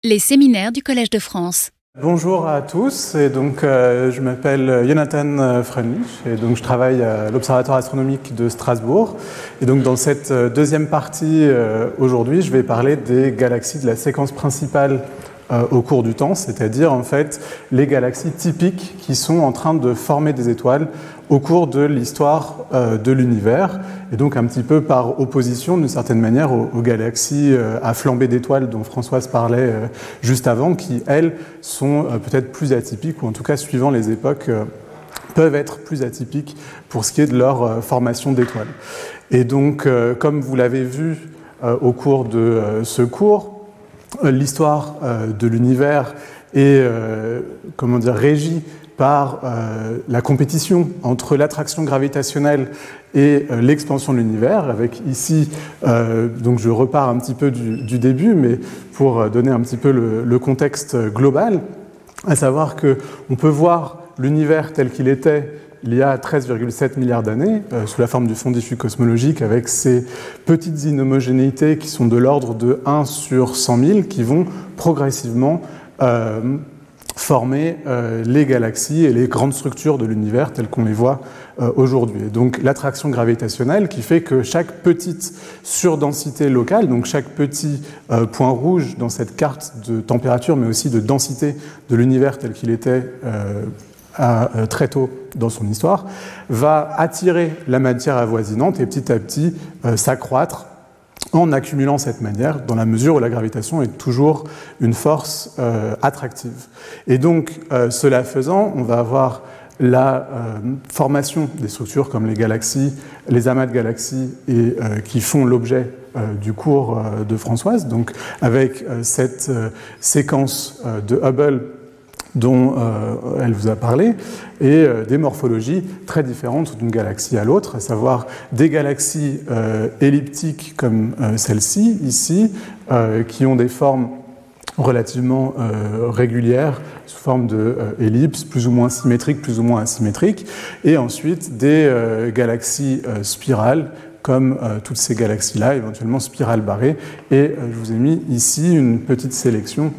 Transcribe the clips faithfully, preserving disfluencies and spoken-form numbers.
Les séminaires du Collège de France. Bonjour à tous, et donc euh, je m'appelle Jonathan Freundlich et donc je travaille à l'Observatoire astronomique de Strasbourg. Et donc dans cette deuxième partie euh, aujourd'hui, je vais parler des galaxies de la séquence principale euh, au cours du temps, c'est-à-dire en fait les galaxies typiques qui sont en train de former des étoiles au cours de l'histoire euh, de l'univers, et donc un petit peu par opposition d'une certaine manière aux, aux galaxies euh, à flambée d'étoiles dont Françoise parlait euh, juste avant, qui elles sont euh, peut-être plus atypiques, ou en tout cas suivant les époques euh, peuvent être plus atypiques pour ce qui est de leur euh, formation d'étoiles. Et donc euh, comme vous l'avez vu euh, au cours de euh, ce cours, euh, l'histoire euh, de l'univers est euh, comment dire, régie par euh, la compétition entre l'attraction gravitationnelle et euh, l'expansion de l'univers, avec ici, euh, donc je repars un petit peu du, du début, mais pour donner un petit peu le, le contexte global, à savoir qu'on peut voir l'univers tel qu'il était il y a treize virgule sept milliards d'années, euh, sous la forme du fond diffus cosmologique, avec ces petites inhomogénéités qui sont de l'ordre de un sur cent mille, qui vont progressivement euh, former euh, les galaxies et les grandes structures de l'univers telles qu'on les voit euh, aujourd'hui. Et donc l'attraction gravitationnelle qui fait que chaque petite surdensité locale, donc chaque petit euh, point rouge dans cette carte de température, mais aussi de densité de l'univers tel qu'il était euh, à, euh, très tôt dans son histoire, va attirer la matière avoisinante et petit à petit euh, s'accroître en accumulant cette manière, dans la mesure où la gravitation est toujours une force euh, attractive. Et donc, euh, cela faisant, on va avoir la euh, formation des structures comme les galaxies, les amas de galaxies, et, euh, qui font l'objet euh, du cours euh, de Françoise, donc avec euh, cette euh, séquence euh, de Hubble dont euh, elle vous a parlé, et euh, des morphologies très différentes d'une galaxie à l'autre, à savoir des galaxies euh, elliptiques comme euh, celle-ci, ici, euh, qui ont des formes relativement euh, régulières, sous forme de euh, ellipses, plus ou moins symétriques, plus ou moins asymétriques, et ensuite des euh, galaxies euh, spirales, comme euh, toutes ces galaxies-là, éventuellement spirales barrées, et euh, je vous ai mis ici une petite sélection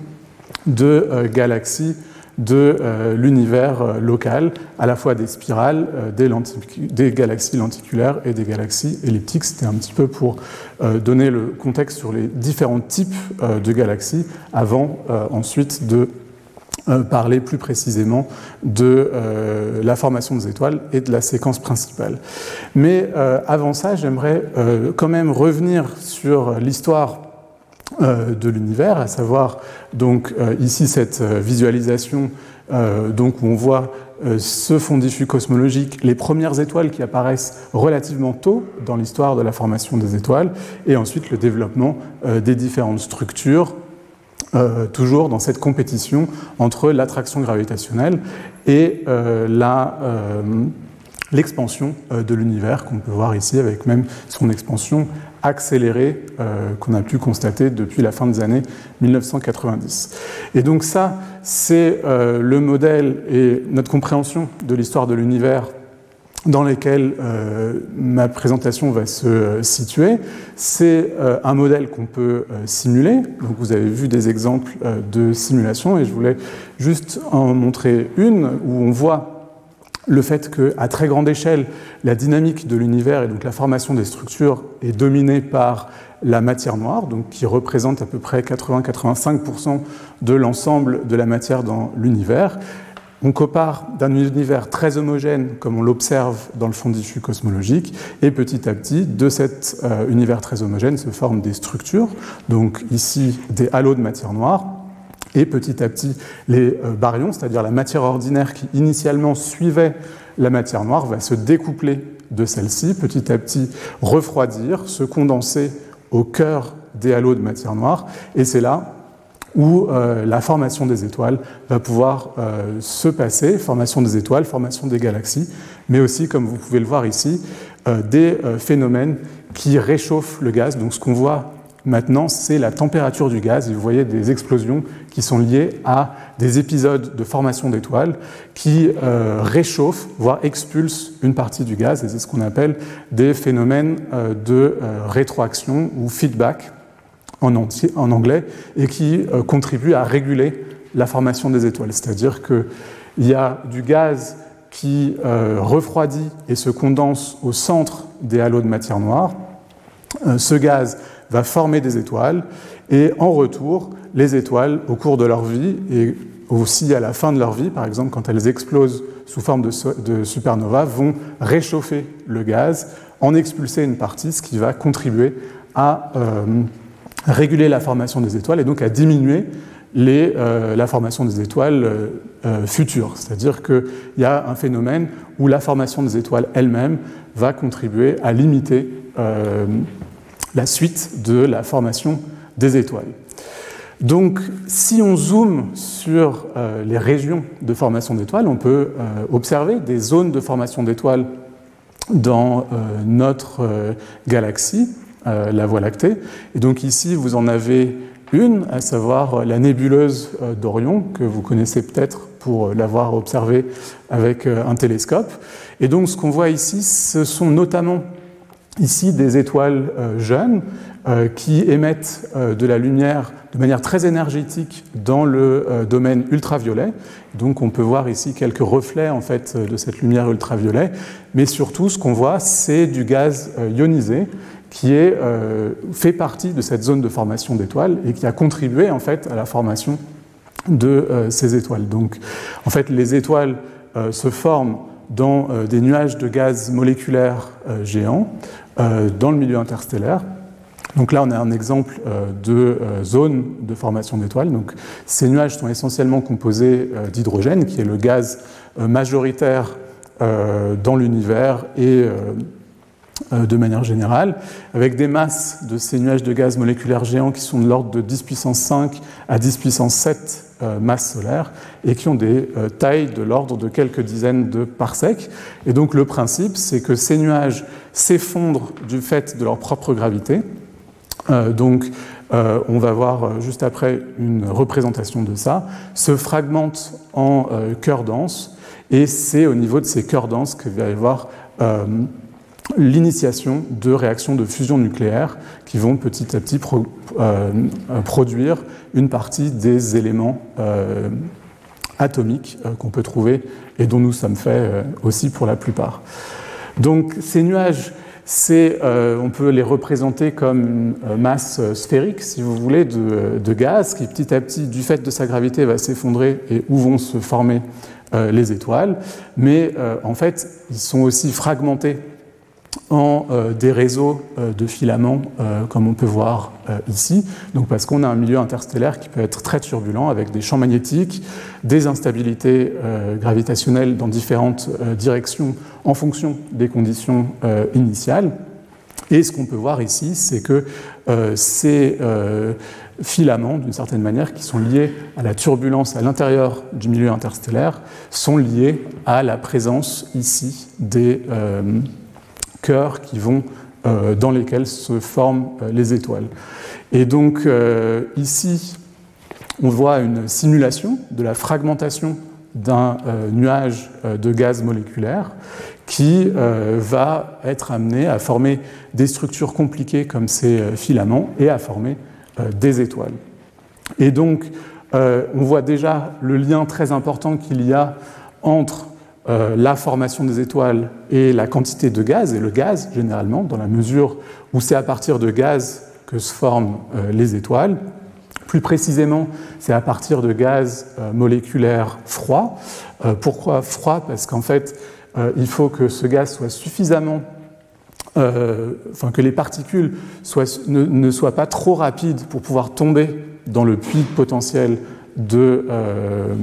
de euh, galaxies de euh, l'univers euh, local, à la fois des spirales, euh, des, lentic- des galaxies lenticulaires et des galaxies elliptiques. C'était un petit peu pour euh, donner le contexte sur les différents types euh, de galaxies, avant euh, ensuite de euh, parler plus précisément de euh, la formation des étoiles et de la séquence principale. Mais euh, avant ça, j'aimerais euh, quand même revenir sur l'histoire Euh, de l'univers, à savoir donc euh, ici cette euh, visualisation euh, donc où on voit euh, ce fond diffus cosmologique, les premières étoiles qui apparaissent relativement tôt dans l'histoire de la formation des étoiles, et ensuite le développement euh, des différentes structures, euh, toujours dans cette compétition entre l'attraction gravitationnelle et euh, la euh, l'expansion euh, de l'univers, qu'on peut voir ici avec même son expansion accélérée euh, qu'on a pu constater depuis la fin des années mille neuf cent quatre-vingt-dix. Et donc ça, c'est euh, le modèle et notre compréhension de l'histoire de l'univers dans lesquels euh, ma présentation va se euh, situer. C'est euh, un modèle qu'on peut euh, simuler. Donc vous avez vu des exemples euh, de simulation, et je voulais juste en montrer une où on voit le fait qu'à très grande échelle, la dynamique de l'univers et donc la formation des structures est dominée par la matière noire, donc qui représente à peu près quatre-vingts à quatre-vingt-cinq pour cent de l'ensemble de la matière dans l'univers. On compare d'un univers très homogène, comme on l'observe dans le fond diffus cosmologique, et petit à petit, de cet euh, univers très homogène se forment des structures, donc ici des halos de matière noire, et petit à petit, les baryons, c'est-à-dire la matière ordinaire qui initialement suivait la matière noire, va se découpler de celle-ci, petit à petit refroidir, se condenser au cœur des halos de matière noire, et c'est là où euh, la formation des étoiles va pouvoir euh, se passer, formation des étoiles, formation des galaxies, mais aussi, comme vous pouvez le voir ici, euh, des euh, phénomènes qui réchauffent le gaz. Donc ce qu'on voit maintenant, c'est la température du gaz, et vous voyez des explosions qui sont liées à des épisodes de formation d'étoiles qui euh, réchauffent, voire expulsent une partie du gaz, et c'est ce qu'on appelle des phénomènes euh, de euh, rétroaction ou feedback en, entier, en anglais, et qui euh, contribue à réguler la formation des étoiles. C'est-à-dire qu'il y a du gaz qui euh, refroidit et se condense au centre des halos de matière noire. Euh, ce gaz va former des étoiles, et en retour, les étoiles, au cours de leur vie, et aussi à la fin de leur vie, par exemple quand elles explosent sous forme de, de supernova, vont réchauffer le gaz, en expulser une partie, ce qui va contribuer à euh, réguler la formation des étoiles et donc à diminuer les, euh, la formation des étoiles euh, euh, futures. C'est-à-dire qu'il y a un phénomène où la formation des étoiles elle-même va contribuer à limiter euh, la suite de la formation des étoiles. Donc, si on zoome sur euh, les régions de formation d'étoiles, on peut euh, observer des zones de formation d'étoiles dans euh, notre euh, galaxie, euh, la Voie lactée. Et donc ici, vous en avez une, à savoir la nébuleuse euh, d'Orion, que vous connaissez peut-être pour l'avoir observée avec euh, un télescope. Et donc, ce qu'on voit ici, ce sont notamment ici des étoiles euh, jeunes euh, qui émettent euh, de la lumière de manière très énergétique dans le euh, domaine ultraviolet. Donc on peut voir ici quelques reflets en fait de cette lumière ultraviolet, mais surtout ce qu'on voit, c'est du gaz euh, ionisé qui est, euh, fait partie de cette zone de formation d'étoiles et qui a contribué en fait à la formation de euh, ces étoiles. Donc en fait les étoiles euh, se forment dans euh, des nuages de gaz moléculaires euh, géants euh, dans le milieu interstellaire. Donc là, on a un exemple euh, de euh, zone de formation d'étoiles. Donc, ces nuages sont essentiellement composés euh, d'hydrogène, qui est le gaz euh, majoritaire euh, dans l'univers et euh, euh, de manière générale, avec des masses de ces nuages de gaz moléculaires géants qui sont de l'ordre de dix puissance cinq à dix puissance sept euh, masses solaires et qui ont des euh, tailles de l'ordre de quelques dizaines de parsecs. Et donc, le principe, c'est que ces nuages s'effondrent du fait de leur propre gravité. Euh, donc, euh, on va voir euh, juste après une représentation de ça, se fragmentent en euh, cœurs denses, et c'est au niveau de ces cœurs denses qu'il va y avoir euh, l'initiation de réactions de fusion nucléaire qui vont petit à petit pro, euh, produire une partie des éléments euh, atomiques euh, qu'on peut trouver et dont nous sommes faits euh, aussi pour la plupart. Donc, ces nuages, C'est, euh, on peut les représenter comme une masse sphérique, si vous voulez, de, de gaz qui petit à petit, du fait de sa gravité, va s'effondrer et où vont se former euh, les étoiles. Mais euh, en fait, ils sont aussi fragmentés en euh, des réseaux euh, de filaments, euh, comme on peut voir euh, ici. Donc, parce qu'on a un milieu interstellaire qui peut être très turbulent, avec des champs magnétiques, des instabilités euh, gravitationnelles dans différentes euh, directions en fonction des conditions euh, initiales. Et ce qu'on peut voir ici, c'est que euh, ces euh, filaments, d'une certaine manière, qui sont liés à la turbulence à l'intérieur du milieu interstellaire, sont liés à la présence ici des euh, cœurs qui vont, euh, dans lesquels se forment euh, les étoiles. Et donc euh, ici, on voit une simulation de la fragmentation d'un euh, nuage euh, de gaz moléculaire qui euh, va être amené à former des structures compliquées comme ces euh, filaments et à former euh, des étoiles. Et donc, euh, on voit déjà le lien très important qu'il y a entre Euh, la formation des étoiles et la quantité de gaz, et le gaz généralement, dans la mesure où c'est à partir de gaz que se forment euh, les étoiles. Plus précisément, c'est à partir de gaz euh, moléculaires froids. Euh, pourquoi froid ? Parce qu'en fait, euh, il faut que ce gaz soit suffisamment, euh, enfin que les particules soient, ne, ne soient pas trop rapides pour pouvoir tomber dans le puits potentiel De, euh,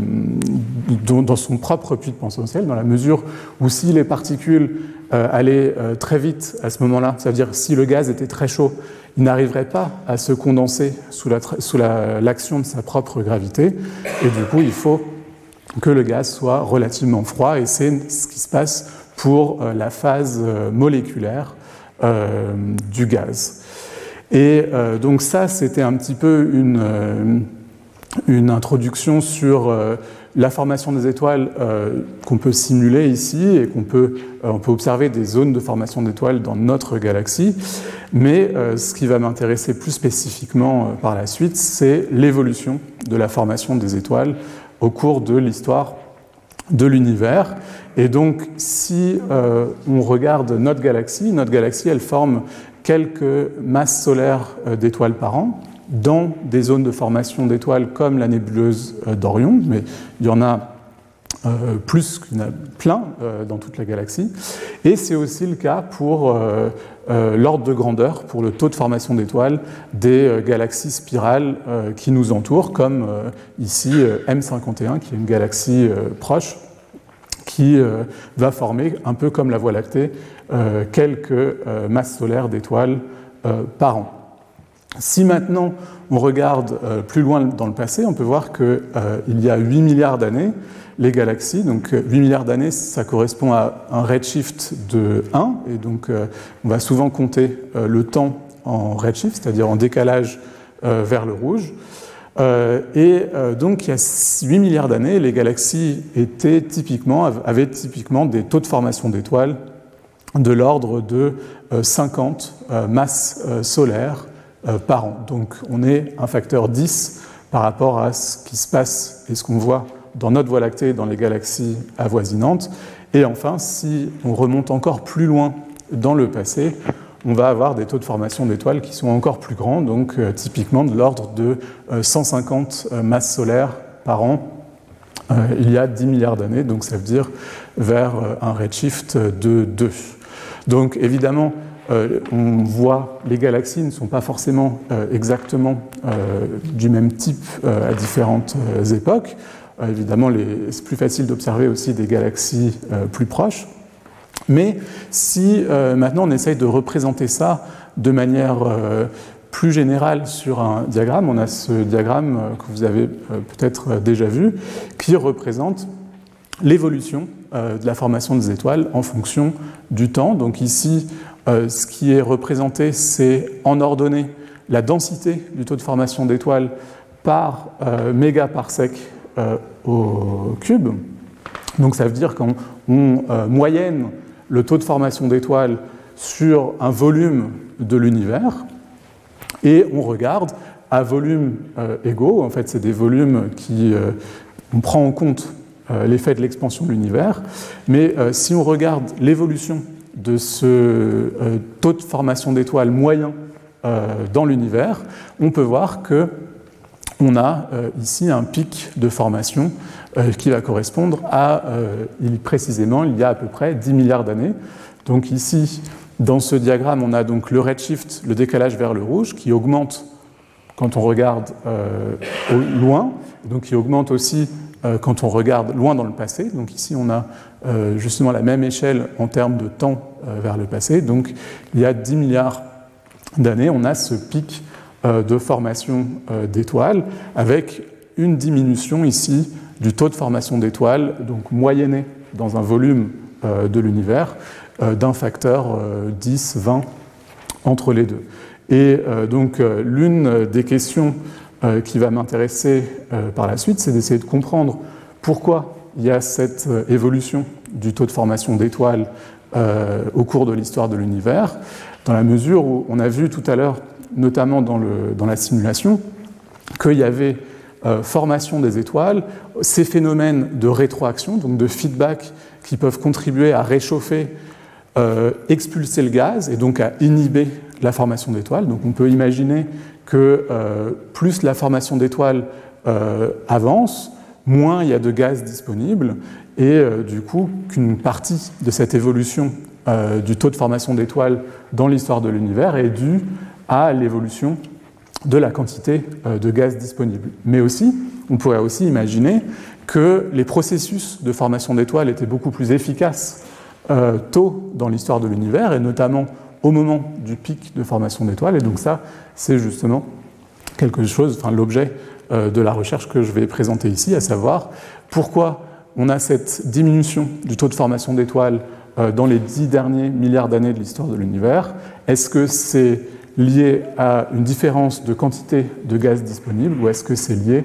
dans son propre puits de potentiel, dans la mesure où si les particules euh, allaient euh, très vite à ce moment-là, c'est-à-dire si le gaz était très chaud, il n'arriverait pas à se condenser sous, la, sous la, l'action de sa propre gravité, et du coup il faut que le gaz soit relativement froid, et c'est ce qui se passe pour euh, la phase euh, moléculaire euh, du gaz. Et euh, donc ça, c'était un petit peu une... Euh, une introduction sur euh, la formation des étoiles euh, qu'on peut simuler ici et qu'on peut, euh, on peut observer des zones de formation d'étoiles dans notre galaxie. Mais euh, ce qui va m'intéresser plus spécifiquement euh, par la suite, c'est l'évolution de la formation des étoiles au cours de l'histoire de l'univers. Et donc, si euh, on regarde notre galaxie, notre galaxie, elle forme quelques masses solaires euh, d'étoiles par an, dans des zones de formation d'étoiles comme la nébuleuse d'Orion, mais il y en a euh, plus qu'il y en a plein euh, dans toute la galaxie. Et c'est aussi le cas pour euh, euh, l'ordre de grandeur, pour le taux de formation d'étoiles des euh, galaxies spirales euh, qui nous entourent, comme euh, ici euh, M cinquante et un, qui est une galaxie euh, proche, qui euh, va former, un peu comme la Voie lactée, euh, quelques euh, masses solaires d'étoiles euh, par an. Si maintenant on regarde euh, plus loin dans le passé, on peut voir qu'il euh, y a huit milliards d'années, les galaxies, donc huit milliards d'années, ça correspond à un redshift de un, et donc euh, on va souvent compter euh, le temps en redshift, c'est-à-dire en décalage euh, vers le rouge. Euh, et euh, donc il y a huit milliards d'années, les galaxies étaient typiquement, avaient typiquement des taux de formation d'étoiles de l'ordre de euh, cinquante euh, masses euh, solaires Euh, par an. Donc on est un facteur dix par rapport à ce qui se passe et ce qu'on voit dans notre Voie lactée, dans les galaxies avoisinantes. Et enfin, si on remonte encore plus loin dans le passé, on va avoir des taux de formation d'étoiles qui sont encore plus grands, donc euh, typiquement de l'ordre de euh, cent cinquante euh, masses solaires par an euh, il y a dix milliards d'années, donc ça veut dire vers euh, un redshift de deux. Donc évidemment, Euh, on voit les galaxies ne sont pas forcément euh, exactement euh, du même type euh, à différentes euh, époques. Euh, évidemment, les, c'est plus facile d'observer aussi des galaxies euh, plus proches. Mais si euh, maintenant on essaye de représenter ça de manière euh, plus générale sur un diagramme, on a ce diagramme euh, que vous avez euh, peut-être déjà vu, qui représente l'évolution euh, de la formation des étoiles en fonction du temps. Donc ici, Euh, ce qui est représenté, c'est en ordonnée la densité du taux de formation d'étoiles par euh, mégaparsec euh, au cube. Donc ça veut dire qu'on on, euh, moyenne le taux de formation d'étoiles sur un volume de l'univers et on regarde à volume euh, égaux, en fait c'est des volumes qui, euh, on prend en compte euh, l'effet de l'expansion de l'univers, mais euh, si on regarde l'évolution de ce euh, taux de formation d'étoiles moyen euh, dans l'univers, on peut voir qu'on a euh, ici un pic de formation euh, qui va correspondre à, euh, il, précisément, il y a à peu près dix milliards d'années. Donc ici, dans ce diagramme, on a donc le redshift, le décalage vers le rouge, qui augmente quand on regarde euh, au loin, donc qui augmente aussi euh, quand on regarde loin dans le passé. Donc ici, on a euh, justement la même échelle en termes de temps euh, vers le passé. Donc il y a dix milliards d'années, on a ce pic euh, de formation euh, d'étoiles avec une diminution ici du taux de formation d'étoiles, donc moyenné dans un volume euh, de l'univers, euh, d'un facteur euh, dix, vingt entre les deux. Et euh, donc euh, l'une des questions euh, qui va m'intéresser euh, par la suite, c'est d'essayer de comprendre pourquoi il y a cette euh, évolution du taux de formation d'étoiles euh, au cours de l'histoire de l'univers, dans la mesure où on a vu tout à l'heure, notamment dans, le, dans la simulation, qu'il y avait euh, formation des étoiles, ces phénomènes de rétroaction, donc de feedback qui peuvent contribuer à réchauffer, euh, expulser le gaz et donc à inhiber la formation d'étoiles. Donc on peut imaginer que euh, plus la formation d'étoiles euh, avance, moins il y a de gaz disponible et euh, du coup qu'une partie de cette évolution euh, du taux de formation d'étoiles dans l'histoire de l'univers est due à l'évolution de la quantité euh, de gaz disponible. Mais aussi, on pourrait aussi imaginer que les processus de formation d'étoiles étaient beaucoup plus efficaces euh, tôt dans l'histoire de l'univers et notamment au moment du pic de formation d'étoiles. Et donc ça, c'est justement quelque chose, enfin l'objet euh, de la recherche que je vais présenter ici, à savoir pourquoi on a cette diminution du taux de formation d'étoiles euh, dans les dix derniers milliards d'années de l'histoire de l'univers. Est-ce que c'est lié à une différence de quantité de gaz disponible ou est-ce que c'est lié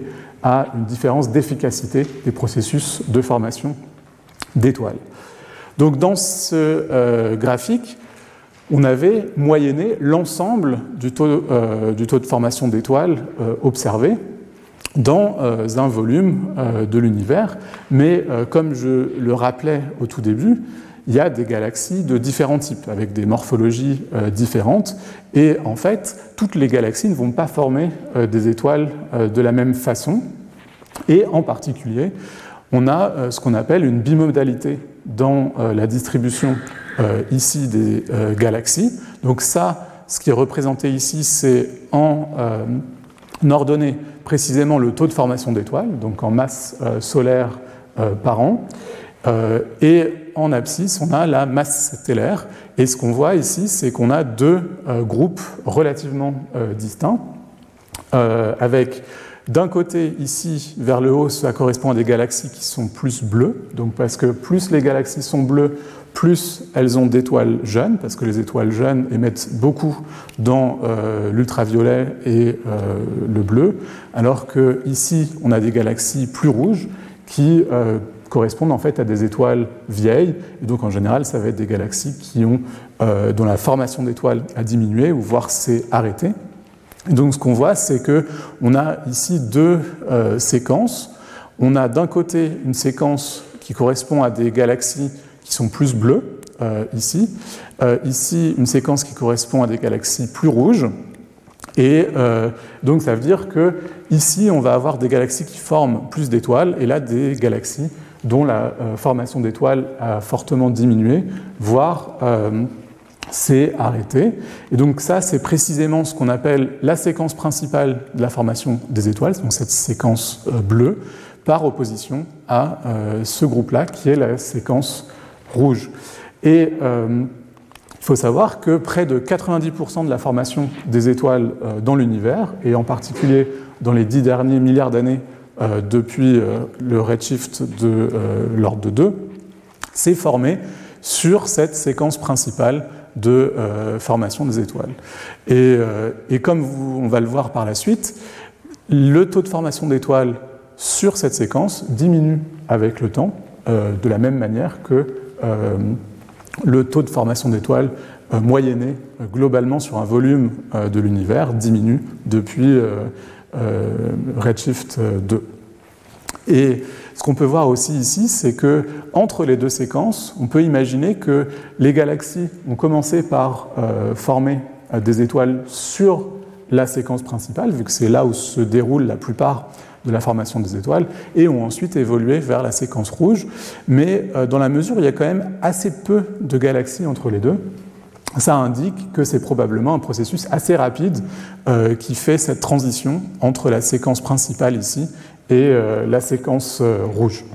à une différence d'efficacité des processus de formation d'étoiles. Donc dans ce euh, graphique, on avait moyenné l'ensemble du taux, euh, du taux de formation d'étoiles euh, observé dans euh, un volume euh, de l'univers, mais euh, comme je le rappelais au tout début, il y a des galaxies de différents types, avec des morphologies euh, différentes, et en fait, toutes les galaxies ne vont pas former euh, des étoiles euh, de la même façon, et en particulier, on a euh, ce qu'on appelle une bimodalité dans euh, la distribution euh, ici des euh, galaxies. Donc ça, ce qui est représenté ici, c'est en euh, ordonnée précisément le taux de formation d'étoiles, donc en masse euh, solaire euh, par an, euh, et en abscisse, on a la masse stellaire. Et ce qu'on voit ici, c'est qu'on a deux euh, groupes relativement euh, distincts, euh, avec d'un côté, ici, vers le haut, ça correspond à des galaxies qui sont plus bleues, donc parce que plus les galaxies sont bleues, plus elles ont d'étoiles jeunes, parce que les étoiles jeunes émettent beaucoup dans euh, l'ultraviolet et euh, le bleu, alors qu'ici, on a des galaxies plus rouges qui euh, correspondent en fait à des étoiles vieilles, et donc en général, ça va être des galaxies qui ont, euh, dont la formation d'étoiles a diminué, ou voire s'est arrêtée. Et donc ce qu'on voit, c'est qu'on a ici deux euh, séquences. On a d'un côté une séquence qui correspond à des galaxies qui sont plus bleues, euh, ici. Euh, ici, une séquence qui correspond à des galaxies plus rouges. Et euh, donc ça veut dire que ici, on va avoir des galaxies qui forment plus d'étoiles, et là, des galaxies dont la euh, formation d'étoiles a fortement diminué, voire euh, s'est arrêté. Et donc ça, c'est précisément ce qu'on appelle la séquence principale de la formation des étoiles, donc cette séquence euh, bleue, par opposition à euh, ce groupe-là, qui est la séquence rouge. Et euh, il faut savoir que près de quatre-vingt-dix pour cent de la formation des étoiles euh, dans l'univers, et en particulier dans les dix derniers milliards d'années euh, depuis euh, le redshift de euh, l'ordre de deux, s'est formé sur cette séquence principale de euh, formation des étoiles. Et, euh, et comme vous, on va le voir par la suite, le taux de formation d'étoiles sur cette séquence diminue avec le temps, euh, de la même manière que euh, le taux de formation d'étoiles euh, moyenné euh, globalement sur un volume euh, de l'univers diminue depuis euh, euh, redshift deux. Et ce qu'on peut voir aussi ici, c'est que entre les deux séquences, on peut imaginer que les galaxies ont commencé par euh, former euh, des étoiles sur la séquence principale, vu que c'est là où se déroule la plupart de la formation des étoiles, et ont ensuite évolué vers la séquence rouge. Mais euh, dans la mesure où il y a quand même assez peu de galaxies entre les deux, ça indique que c'est probablement un processus assez rapide euh, qui fait cette transition entre la séquence principale ici et euh, la séquence euh, rouge.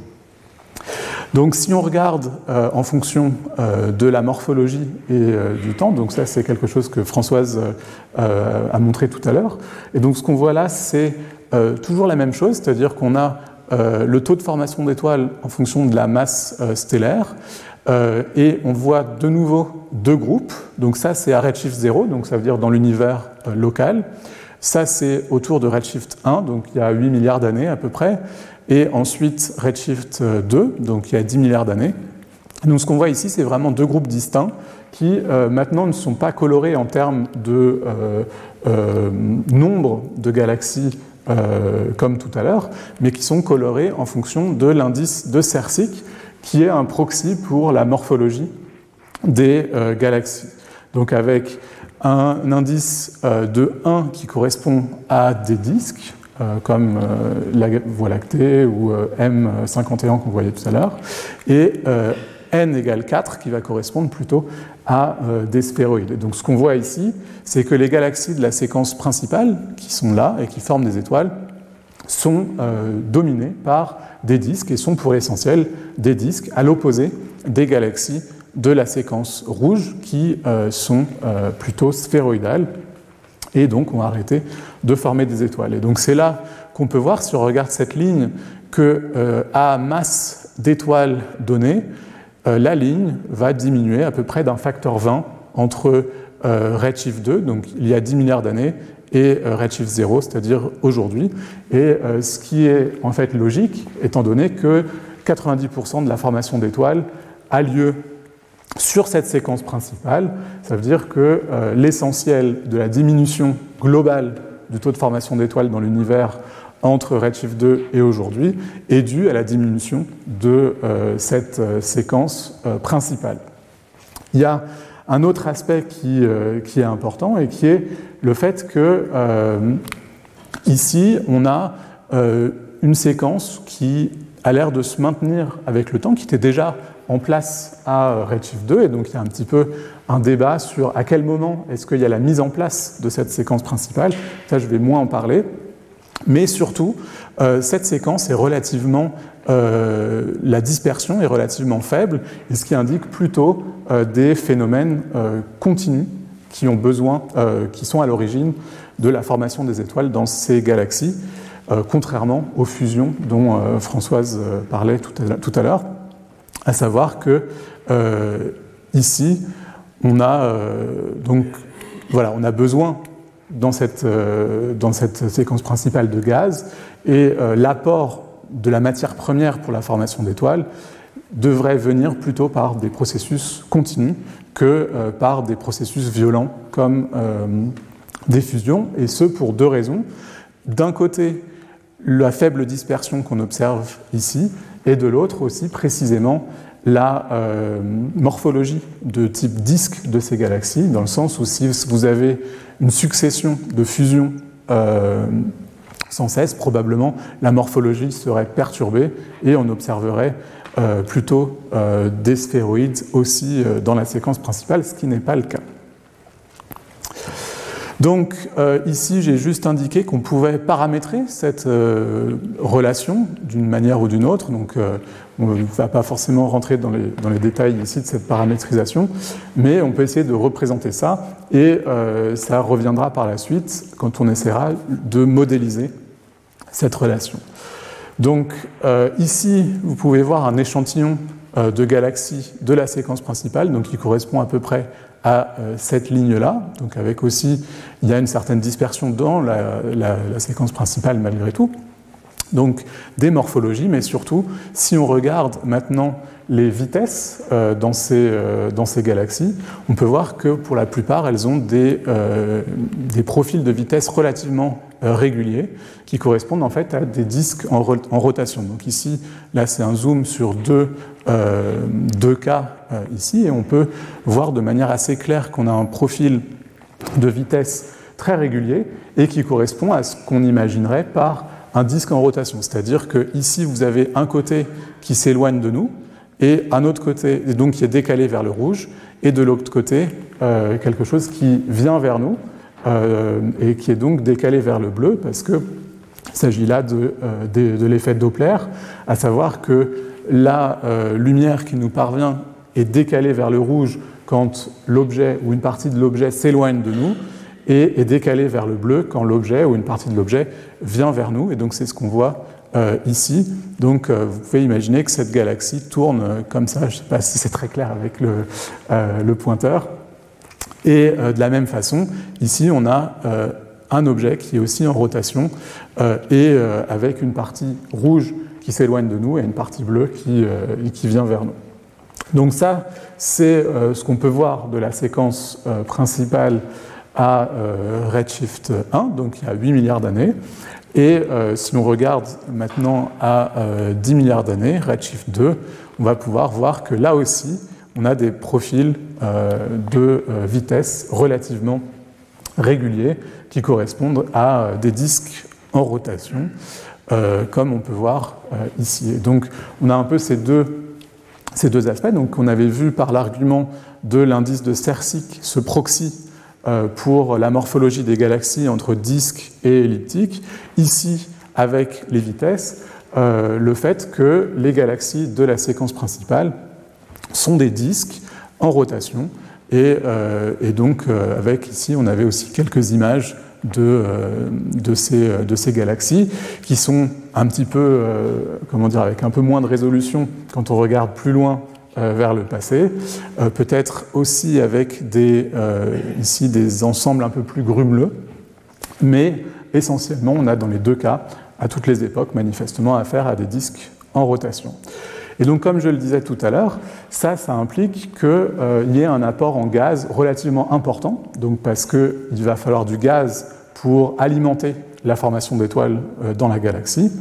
Donc si on regarde euh, en fonction euh, de la morphologie et euh, du temps, donc ça c'est quelque chose que Françoise euh, a montré tout à l'heure, et donc ce qu'on voit là c'est euh, toujours la même chose, c'est-à-dire qu'on a euh, le taux de formation d'étoiles en fonction de la masse euh, stellaire, euh, et on voit de nouveau deux groupes, donc ça c'est à redshift zéro, donc ça veut dire dans l'univers euh, local. Ça, c'est autour de redshift un, donc il y a huit milliards d'années à peu près, et ensuite redshift deux, donc il y a dix milliards d'années. Donc ce qu'on voit ici, c'est vraiment deux groupes distincts qui euh, maintenant ne sont pas colorés en termes de euh, euh, nombre de galaxies euh, comme tout à l'heure, mais qui sont colorés en fonction de l'indice de Cercic, qui est un proxy pour la morphologie des euh, galaxies. Donc avec un indice euh, de un qui correspond à des disques, euh, comme euh, la Voie lactée ou euh, M cinquante et un qu'on voyait tout à l'heure, et euh, n égale quatre qui va correspondre plutôt à euh, des sphéroïdes. Et donc ce qu'on voit ici, c'est que les galaxies de la séquence principale, qui sont là et qui forment des étoiles, sont euh, dominées par des disques et sont pour l'essentiel des disques, à l'opposé des galaxies de la séquence rouge qui euh, sont euh, plutôt sphéroïdales et donc ont arrêté de former des étoiles. Et donc c'est là qu'on peut voir, si on regarde cette ligne, que euh, à masse d'étoiles donnée, euh, la ligne va diminuer à peu près d'un facteur vingt entre euh, redshift deux, donc il y a dix milliards d'années, et euh, redshift zéro, c'est-à-dire aujourd'hui. Et euh, ce qui est en fait logique, étant donné que quatre-vingt-dix pour cent de la formation d'étoiles a lieu sur cette séquence principale. Ça veut dire que euh, l'essentiel de la diminution globale du taux de formation d'étoiles dans l'univers entre redshift deux et aujourd'hui est due à la diminution de euh, cette euh, séquence euh, principale. Il y a un autre aspect qui, euh, qui est important et qui est le fait que euh, ici on a euh, une séquence qui a l'air de se maintenir avec le temps, qui était déjà en place à redshift deux, et donc il y a un petit peu un débat sur à quel moment est-ce qu'il y a la mise en place de cette séquence principale. Ça, je vais moins en parler. Mais surtout, euh, cette séquence est relativement, euh, la dispersion est relativement faible, et ce qui indique plutôt euh, des phénomènes euh, continus qui ont besoin, euh, qui sont à l'origine de la formation des étoiles dans ces galaxies, euh, contrairement aux fusions dont euh, Françoise euh, parlait tout à, tout à l'heure, à savoir que euh, ici, on a euh, donc voilà, on a besoin Dans cette, euh, dans cette séquence principale de gaz, et euh, l'apport de la matière première pour la formation d'étoiles devrait venir plutôt par des processus continus que euh, par des processus violents comme euh, des fusions, et ce pour deux raisons. D'un côté, la faible dispersion qu'on observe ici, et de l'autre aussi précisément la euh, morphologie de type disque de ces galaxies, dans le sens où si vous avez une succession de fusions euh, sans cesse, probablement la morphologie serait perturbée et on observerait euh, plutôt euh, des sphéroïdes aussi euh, dans la séquence principale, ce qui n'est pas le cas. Donc euh, ici, j'ai juste indiqué qu'on pouvait paramétrer cette euh, relation d'une manière ou d'une autre. Donc euh, on ne va pas forcément rentrer dans les, dans les détails ici de cette paramétrisation, mais on peut essayer de représenter ça, et euh, ça reviendra par la suite quand on essaiera de modéliser cette relation. Donc euh, ici, vous pouvez voir un échantillon euh, de galaxies de la séquence principale, donc qui correspond à peu près à euh, cette ligne-là, donc avec aussi, il y a une certaine dispersion dans la, la, la séquence principale malgré tout, donc des morphologies, mais surtout, si on regarde maintenant les vitesses euh, dans, ces, euh, dans ces galaxies, on peut voir que pour la plupart, elles ont des, euh, des profils de vitesse relativement euh, réguliers, qui correspondent en fait à des disques en, ro- en rotation. Donc ici, là c'est un zoom sur deux, euh, deux cas euh, ici, et on peut voir de manière assez claire qu'on a un profil de vitesse très régulier, et qui correspond à ce qu'on imaginerait par un disque en rotation. C'est-à-dire que ici vous avez un côté qui s'éloigne de nous, et un autre côté, et donc qui est décalé vers le rouge, et de l'autre côté, euh, quelque chose qui vient vers nous, euh, et qui est donc décalé vers le bleu, parce qu'il s'agit là de, euh, de, de l'effet Doppler, à savoir que la euh, lumière qui nous parvient est décalée vers le rouge quand l'objet ou une partie de l'objet s'éloigne de nous, et est décalée vers le bleu quand l'objet ou une partie de l'objet vient vers nous, et donc c'est ce qu'on voit Euh, ici. Donc euh, vous pouvez imaginer que cette galaxie tourne euh, comme ça, je ne sais pas si c'est très clair avec le, euh, le pointeur. Et euh, de la même façon, ici on a euh, un objet qui est aussi en rotation euh, et euh, avec une partie rouge qui s'éloigne de nous et une partie bleue qui, euh, qui vient vers nous. Donc ça, c'est euh, ce qu'on peut voir de la séquence euh, principale à euh, redshift un, donc il y a huit milliards d'années. Et euh, si on regarde maintenant à euh, dix milliards d'années, redshift deux, on va pouvoir voir que là aussi, on a des profils euh, de euh, vitesse relativement réguliers qui correspondent à euh, des disques en rotation, euh, comme on peut voir euh, ici. Et donc, on a un peu ces deux, ces deux aspects. Donc, on avait vu par l'argument de l'indice de Cercic, ce proxy pour la morphologie des galaxies entre disques et elliptiques. Ici, avec les vitesses, euh, le fait que les galaxies de la séquence principale sont des disques en rotation. Et, euh, et donc, euh, avec ici, on avait aussi quelques images de, euh, de, ces, de ces galaxies qui sont un petit peu, euh, comment dire, avec un peu moins de résolution quand on regarde plus loin vers le passé, euh, peut-être aussi avec des, euh, ici des ensembles un peu plus grumeleux, mais essentiellement, on a dans les deux cas, à toutes les époques, manifestement, affaire à des disques en rotation. Et donc, comme je le disais tout à l'heure, ça, ça implique qu'il euh, y ait un apport en gaz relativement important, donc parce qu'il va falloir du gaz pour alimenter la formation d'étoiles euh, dans la galaxie.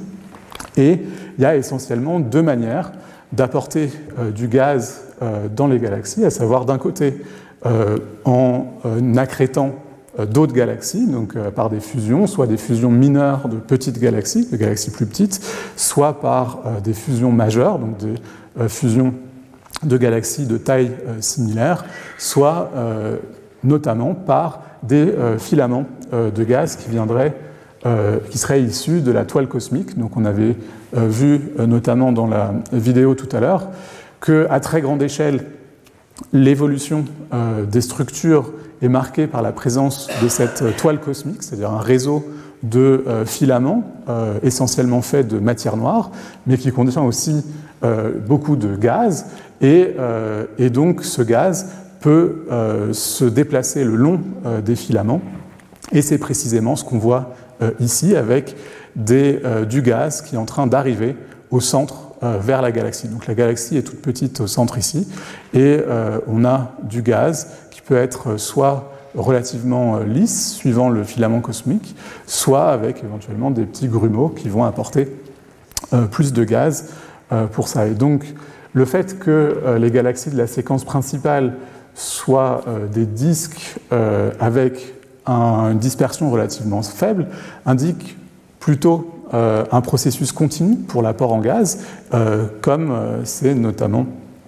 Et il y a essentiellement deux manières d'apporter euh, du gaz euh, dans les galaxies, à savoir d'un côté euh, en euh, accrétant euh, d'autres galaxies, donc euh, par des fusions, soit des fusions mineures de petites galaxies, de galaxies plus petites, soit par euh, des fusions majeures, donc des euh, fusions de galaxies de taille euh, similaire, soit euh, notamment par des euh, filaments euh, de gaz qui viendraient Euh, qui serait issu de la toile cosmique. Donc on avait euh, vu euh, notamment dans la vidéo tout à l'heure qu'à très grande échelle, l'évolution euh, des structures est marquée par la présence de cette euh, toile cosmique, c'est-à-dire un réseau de euh, filaments euh, essentiellement faits de matière noire, mais qui contient aussi euh, beaucoup de gaz, et, euh, et donc ce gaz peut euh, se déplacer le long euh, des filaments, et c'est précisément ce qu'on voit Euh, ici avec des, euh, du gaz qui est en train d'arriver au centre euh, vers la galaxie. Donc la galaxie est toute petite au centre ici et euh, on a du gaz qui peut être soit relativement euh, lisse suivant le filament cosmique, soit avec éventuellement des petits grumeaux qui vont apporter euh, plus de gaz euh, pour ça. Et donc le fait que euh, les galaxies de la séquence principale soient euh, des disques euh, avec une dispersion relativement faible, indique plutôt euh, un processus continu pour l'apport en gaz, euh, comme euh, c'est notamment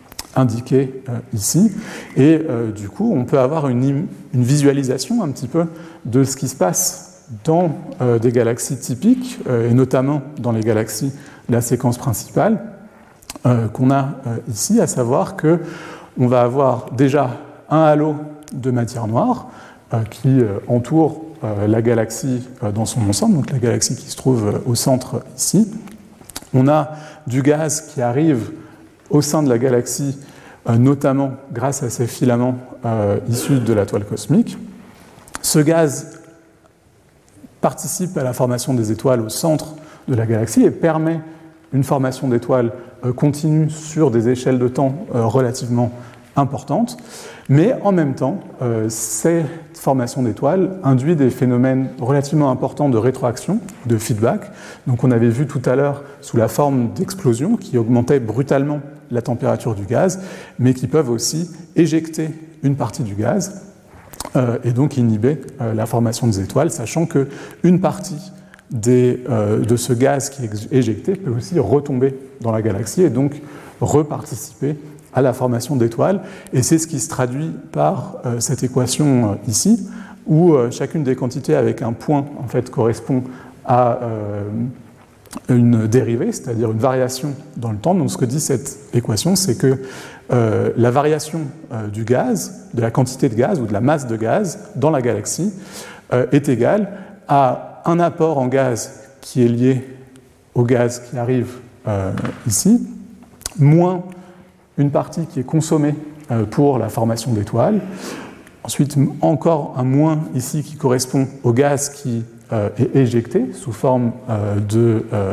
indiqué euh, ici. Et euh, du coup, on peut avoir une, une visualisation un petit peu de ce qui se passe dans euh, des galaxies typiques, euh, et notamment dans les galaxies de la séquence principale, euh, qu'on a euh, ici, à savoir qu'on va avoir déjà un halo de matière noire, qui entoure la galaxie dans son ensemble, donc la galaxie qui se trouve au centre ici. On a du gaz qui arrive au sein de la galaxie, notamment grâce à ces filaments issus de la toile cosmique. Ce gaz participe à la formation des étoiles au centre de la galaxie et permet une formation d'étoiles continue sur des échelles de temps relativement importantes. Mais en même temps, euh, cette formation d'étoiles induit des phénomènes relativement importants de rétroaction, de feedback. Donc on avait vu tout à l'heure sous la forme d'explosions qui augmentaient brutalement la température du gaz, mais qui peuvent aussi éjecter une partie du gaz euh, et donc inhiber euh, la formation des étoiles, sachant qu'une partie des, euh, de ce gaz qui est éjecté peut aussi retomber dans la galaxie et donc reparticiper à la formation d'étoiles, et c'est ce qui se traduit par euh, cette équation euh, ici, où euh, chacune des quantités avec un point en fait, correspond à euh, une dérivée, c'est-à-dire une variation dans le temps. Donc ce que dit cette équation, c'est que euh, la variation euh, du gaz, de la quantité de gaz ou de la masse de gaz dans la galaxie euh, est égale à un apport en gaz qui est lié au gaz qui arrive euh, ici, moins une partie qui est consommée pour la formation d'étoiles. Ensuite, encore un moins ici qui correspond au gaz qui euh, est éjecté sous forme euh, de, euh,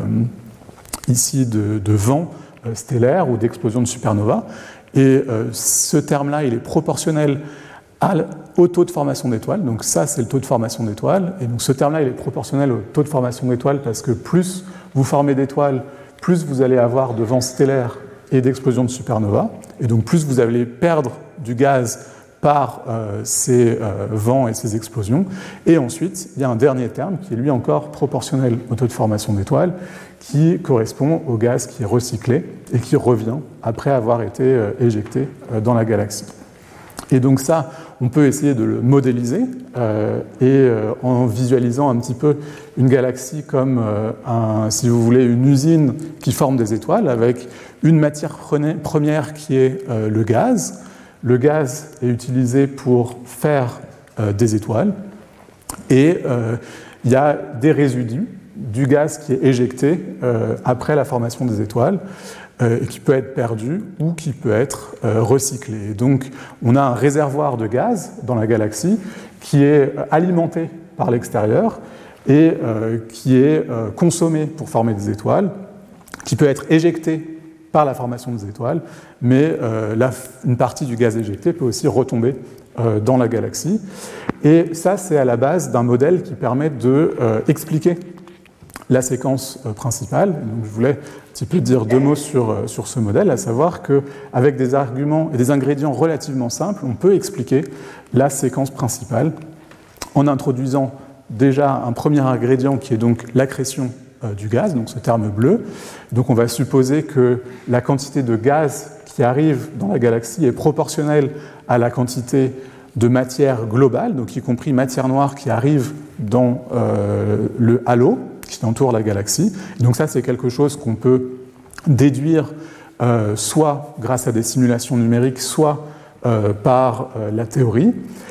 ici de, de vent euh, stellaire ou d'explosion de supernova. Et euh, ce terme-là, il est proportionnel à, au taux de formation d'étoiles. Donc ça, c'est le taux de formation d'étoiles. Et donc ce terme-là, il est proportionnel au taux de formation d'étoiles parce que plus vous formez d'étoiles, plus vous allez avoir de vent stellaire et d'explosion de supernova, et donc plus vous allez perdre du gaz par euh, ces euh, vents et ces explosions. Et ensuite, il y a un dernier terme qui est lui encore proportionnel au taux de formation d'étoiles, qui correspond au gaz qui est recyclé et qui revient après avoir été euh, éjecté euh, dans la galaxie. Et donc ça, on peut essayer de le modéliser euh, et euh, en visualisant un petit peu une galaxie comme, euh, un, si vous voulez, une usine qui forme des étoiles avec une matière première qui est euh, le gaz. Le gaz est utilisé pour faire euh, des étoiles et euh, il y a des résidus du gaz qui est éjecté euh, après la formation des étoiles, euh, qui peut être perdu ou qui peut être euh, recyclé. Et donc, on a un réservoir de gaz dans la galaxie qui est alimenté par l'extérieur et euh, qui est euh, consommé pour former des étoiles, qui peut être éjecté par la formation des étoiles, mais euh, la, une partie du gaz éjecté peut aussi retomber euh, dans la galaxie. Et ça, c'est à la base d'un modèle qui permet d'expliquer euh, la séquence euh, principale. Donc, je voulais un petit peu dire deux mots sur, euh, sur ce modèle, à savoir qu'avec des arguments et des ingrédients relativement simples, on peut expliquer la séquence principale en introduisant déjà un premier ingrédient qui est donc l'accrétion euh, du gaz, donc ce terme bleu. Donc on va supposer que la quantité de gaz qui arrive dans la galaxie est proportionnelle à la quantité de matière globale, donc y compris matière noire qui arrive dans euh, le halo qui entoure la galaxie. Et donc ça, c'est quelque chose qu'on peut déduire euh, soit grâce à des simulations numériques, soit euh, par euh, la théorie.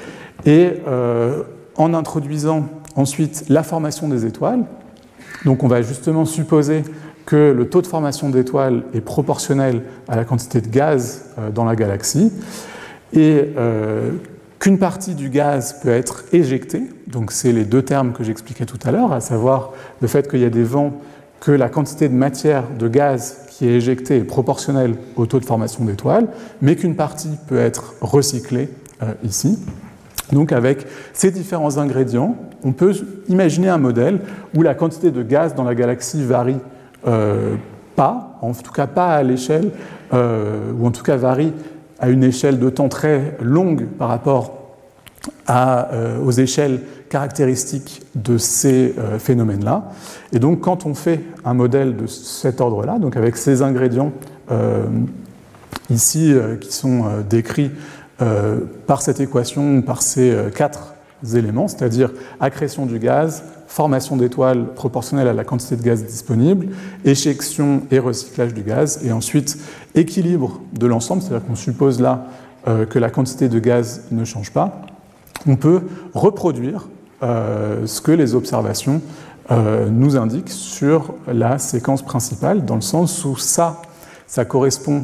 Et euh, en introduisant ensuite la formation des étoiles, donc on va justement supposer que le taux de formation d'étoiles est proportionnel à la quantité de gaz euh, dans la galaxie, et euh, qu'une partie du gaz peut être éjectée, donc c'est les deux termes que j'expliquais tout à l'heure, à savoir le fait qu'il y a des vents, que la quantité de matière de gaz qui est éjectée est proportionnelle au taux de formation d'étoiles, mais qu'une partie peut être recyclée euh, ici. Donc avec ces différents ingrédients, on peut imaginer un modèle où la quantité de gaz dans la galaxie varie euh, pas, en tout cas pas à l'échelle, euh, ou en tout cas varie à une échelle de temps très longue par rapport à, euh, aux échelles caractéristiques de ces euh, phénomènes-là. Et donc quand on fait un modèle de cet ordre-là, donc avec ces ingrédients euh, ici euh, qui sont euh, décrits Euh, par cette équation, par ces euh, quatre éléments, c'est-à-dire accrétion du gaz, formation d'étoiles proportionnelle à la quantité de gaz disponible, éjection et recyclage du gaz, et ensuite équilibre de l'ensemble, c'est-à-dire qu'on suppose là euh, que la quantité de gaz ne change pas, on peut reproduire euh, ce que les observations euh, nous indiquent sur la séquence principale, dans le sens où ça, ça correspond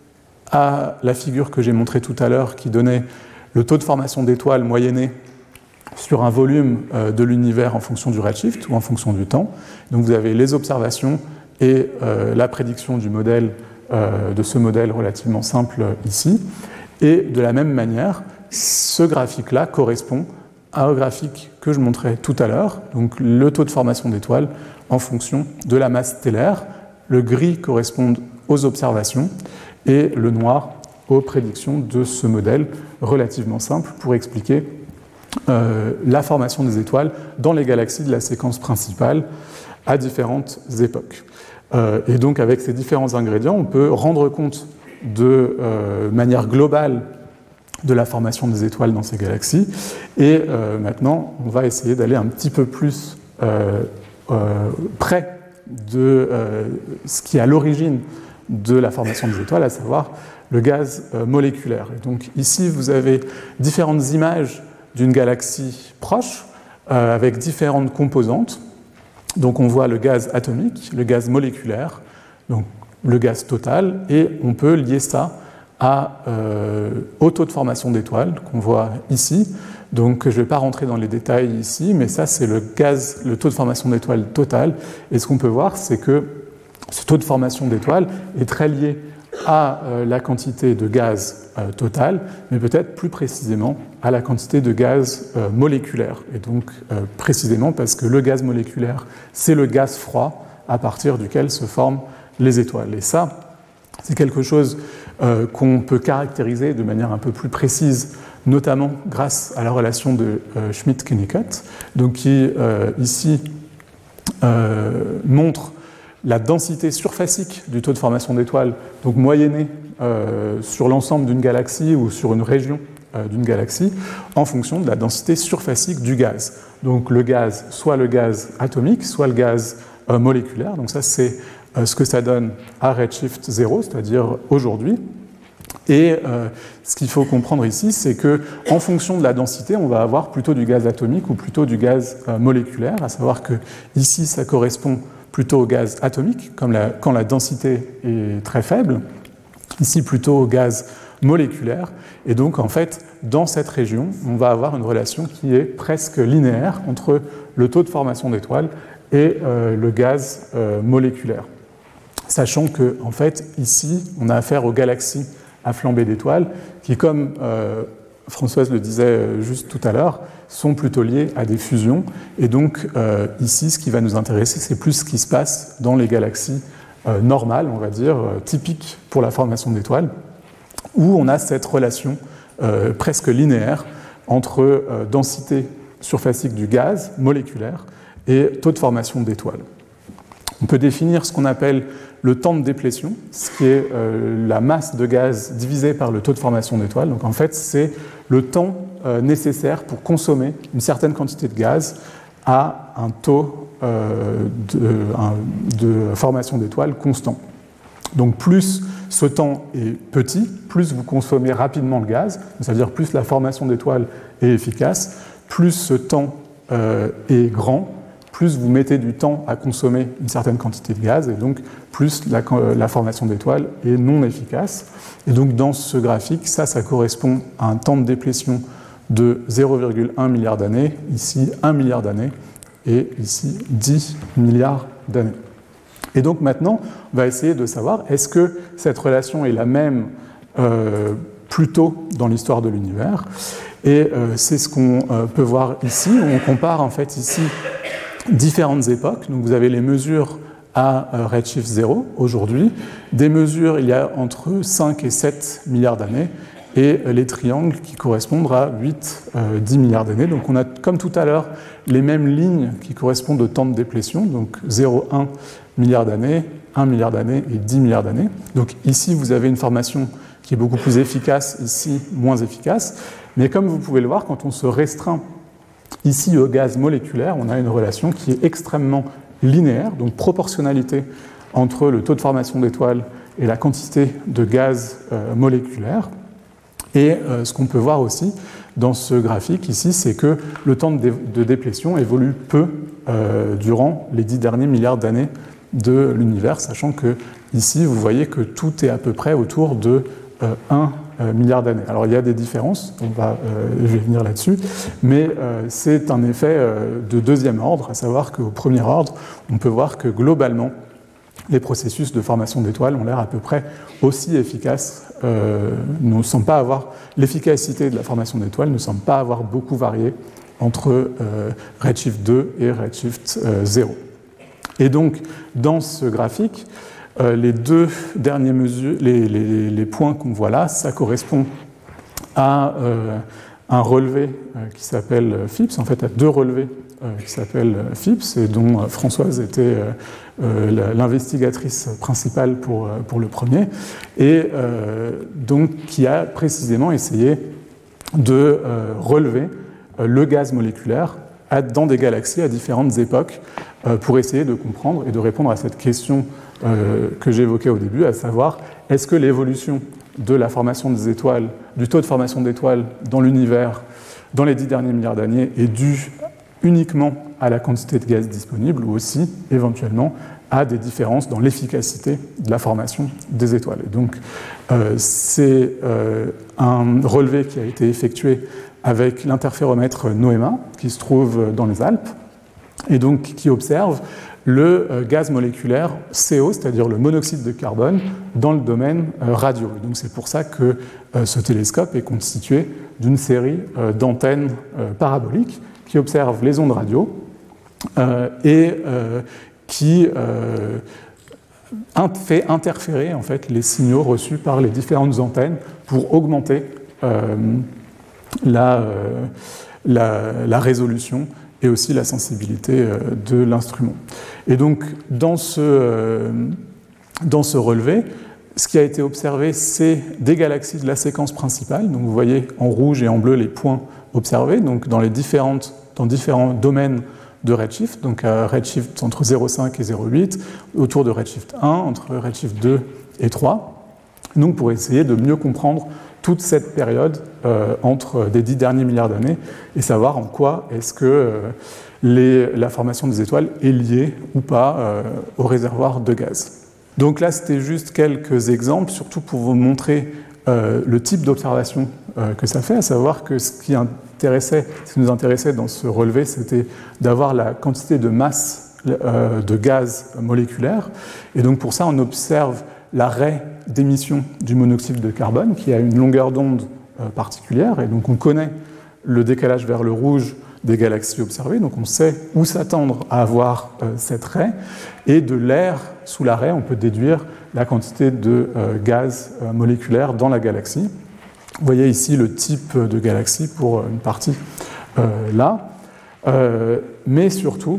à la figure que j'ai montrée tout à l'heure qui donnait le taux de formation d'étoiles moyenné sur un volume de l'univers en fonction du redshift ou en fonction du temps. Donc vous avez les observations et euh, la prédiction du modèle, euh, de ce modèle relativement simple ici. Et de la même manière, ce graphique-là correspond à un graphique que je montrais tout à l'heure, donc le taux de formation d'étoiles en fonction de la masse stellaire. Le gris correspond aux observations et le noir aux prédictions de ce modèle relativement simple pour expliquer euh, la formation des étoiles dans les galaxies de la séquence principale à différentes époques. Euh, et donc avec ces différents ingrédients, on peut rendre compte de euh, manière globale de la formation des étoiles dans ces galaxies. Et euh, maintenant, on va essayer d'aller un petit peu plus euh, euh, près de euh, ce qui est à l'origine de la formation des étoiles, à savoir le gaz euh, moléculaire. Et donc ici, vous avez différentes images d'une galaxie proche, euh, avec différentes composantes. Donc on voit le gaz atomique, le gaz moléculaire, donc le gaz total, et on peut lier ça à, euh, au taux de formation d'étoiles qu'on voit ici. Donc je ne vais pas rentrer dans les détails ici, mais ça c'est le gaz, le taux de formation d'étoiles total. Et ce qu'on peut voir, c'est que ce taux de formation d'étoiles est très lié à euh, la quantité de gaz euh, total, mais peut-être plus précisément à la quantité de gaz euh, moléculaire. Et donc euh, précisément parce que le gaz moléculaire, c'est le gaz froid à partir duquel se forment les étoiles. Et ça, c'est quelque chose euh, qu'on peut caractériser de manière un peu plus précise, notamment grâce à la relation de euh, Schmidt-Kennicott, donc qui euh, ici euh, montre la densité surfacique du taux de formation d'étoiles, donc moyennée euh, sur l'ensemble d'une galaxie ou sur une région euh, d'une galaxie, en fonction de la densité surfacique du gaz. Donc le gaz, soit le gaz atomique, soit le gaz euh, moléculaire. Donc ça, c'est euh, ce que ça donne à redshift zéro, c'est-à-dire aujourd'hui. Et euh, ce qu'il faut comprendre ici, c'est que en fonction de la densité, on va avoir plutôt du gaz atomique ou plutôt du gaz euh, moléculaire, à savoir que ici, ça correspond plutôt au gaz atomique, comme la, quand la densité est très faible. Ici, plutôt au gaz moléculaire. Et donc, en fait, dans cette région, on va avoir une relation qui est presque linéaire entre le taux de formation d'étoiles et euh, le gaz euh, moléculaire. Sachant que, en fait, ici, on a affaire aux galaxies à flambée d'étoiles qui, comme euh, Françoise le disait juste tout à l'heure, sont plutôt liées à des fusions. Et donc, euh, ici, ce qui va nous intéresser, c'est plus ce qui se passe dans les galaxies euh, normales, on va dire, euh, typiques pour la formation d'étoiles, où on a cette relation euh, presque linéaire entre euh, densité surfacique du gaz moléculaire et taux de formation d'étoiles. On peut définir ce qu'on appelle le temps de déplétion, ce qui est euh, la masse de gaz divisée par le taux de formation d'étoiles. Donc en fait, c'est le temps euh, nécessaire pour consommer une certaine quantité de gaz à un taux euh, de, un, de formation d'étoiles constant. Donc plus ce temps est petit, plus vous consommez rapidement le gaz, c'est-à-dire plus la formation d'étoiles est efficace, plus ce temps euh, est grand, plus vous mettez du temps à consommer une certaine quantité de gaz, et donc plus la, la formation d'étoiles est non efficace. Et donc dans ce graphique, ça, ça correspond à un temps de déplétion de zéro virgule un milliard d'années, ici un milliard d'années, et ici dix milliards d'années. Et donc maintenant, on va essayer de savoir, est-ce que cette relation est la même euh, plus tôt dans l'histoire de l'univers? Et euh, c'est ce qu'on euh, peut voir ici. On compare en fait ici différentes époques. Donc vous avez les mesures à euh, redshift zéro aujourd'hui, des mesures il y a entre cinq et sept milliards d'années, et euh, les triangles qui correspondent à huit à dix milliards d'années. Donc on a, comme tout à l'heure, les mêmes lignes qui correspondent au temps de déplétion, donc zéro virgule un milliard d'années, un milliard d'années et dix milliards d'années. Donc ici, vous avez une formation qui est beaucoup plus efficace, ici, moins efficace. Mais comme vous pouvez le voir, quand on se restreint ici au gaz moléculaire, on a une relation qui est extrêmement linéaire, donc proportionnalité entre le taux de formation d'étoiles et la quantité de gaz euh, moléculaire. Et euh, ce qu'on peut voir aussi dans ce graphique ici, c'est que le temps de, dé- de déplétion évolue peu euh, durant les dix derniers milliards d'années de l'univers, sachant que ici, vous voyez que tout est à peu près autour de euh, un euh, milliard d'années. Alors il y a des différences, on va, euh, je vais venir là-dessus, mais euh, c'est un effet euh, de deuxième ordre, à savoir qu'au premier ordre, on peut voir que globalement, les processus de formation d'étoiles ont l'air à peu près aussi efficaces, euh, ne semblent pas avoir, l'efficacité de la formation d'étoiles ne semble pas avoir beaucoup varié entre euh, redshift deux et redshift euh, zéro. Et donc, dans ce graphique, euh, les deux derniers mesures, les, les, les points qu'on voit là, ça correspond à euh, un relevé euh, qui s'appelle FIPS, en fait à deux relevés euh, qui s'appellent FIPS, et dont euh, Françoise était euh, euh, l'investigatrice principale pour, euh, pour le premier, et euh, donc qui a précisément essayé de euh, relever euh, le gaz moléculaire à, dans des galaxies à différentes époques, pour essayer de comprendre et de répondre à cette question euh, que j'évoquais au début, à savoir, est-ce que l'évolution de la formation des étoiles, du taux de formation d'étoiles dans l'univers dans les dix derniers milliards d'années est due uniquement à la quantité de gaz disponible ou aussi, éventuellement, à des différences dans l'efficacité de la formation des étoiles. Et donc, euh, c'est euh, un relevé qui a été effectué avec l'interféromètre NOEMA, qui se trouve dans les Alpes, et donc qui observe le euh, gaz moléculaire C O, c'est-à-dire le monoxyde de carbone, dans le domaine euh, radio. Et donc c'est pour ça que euh, ce télescope est constitué d'une série euh, d'antennes euh, paraboliques qui observent les ondes radio euh, et euh, qui euh, fait interférer en fait, les signaux reçus par les différentes antennes pour augmenter euh, la, euh, la, la résolution et aussi la sensibilité de l'instrument. Et donc, dans ce, euh, dans ce relevé, ce qui a été observé, c'est des galaxies de la séquence principale. Donc, vous voyez en rouge et en bleu les points observés, donc dans, les différentes, dans différents domaines de redshift, donc à redshift entre zéro virgule cinq et zéro virgule huit, autour de redshift un, entre redshift deux et trois, donc pour essayer de mieux comprendre toute cette période euh, entre des dix derniers milliards d'années et savoir en quoi est-ce que euh, les, la formation des étoiles est liée ou pas euh, au réservoir de gaz. Donc là, c'était juste quelques exemples, surtout pour vous montrer euh, le type d'observation euh, que ça fait, à savoir que ce qui intéressait, ce qui nous intéressait dans ce relevé, c'était d'avoir la quantité de masse euh, de gaz moléculaire. Et donc pour ça, on observe l'arrêt d'émission du monoxyde de carbone qui a une longueur d'onde euh, particulière. Et donc on connaît le décalage vers le rouge des galaxies observées, donc on sait où s'attendre à avoir euh, cette raie, et de l'air sous la raie, on peut déduire la quantité de euh, gaz euh, moléculaire dans la galaxie. Vous voyez ici le type de galaxie pour une partie euh, là, euh, mais surtout,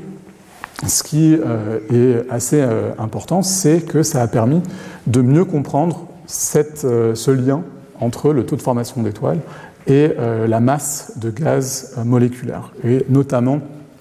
ce qui euh, est assez euh, important, c'est que ça a permis de mieux comprendre cette, euh, ce lien entre le taux de formation d'étoiles et euh, la masse de gaz euh, moléculaire, et notamment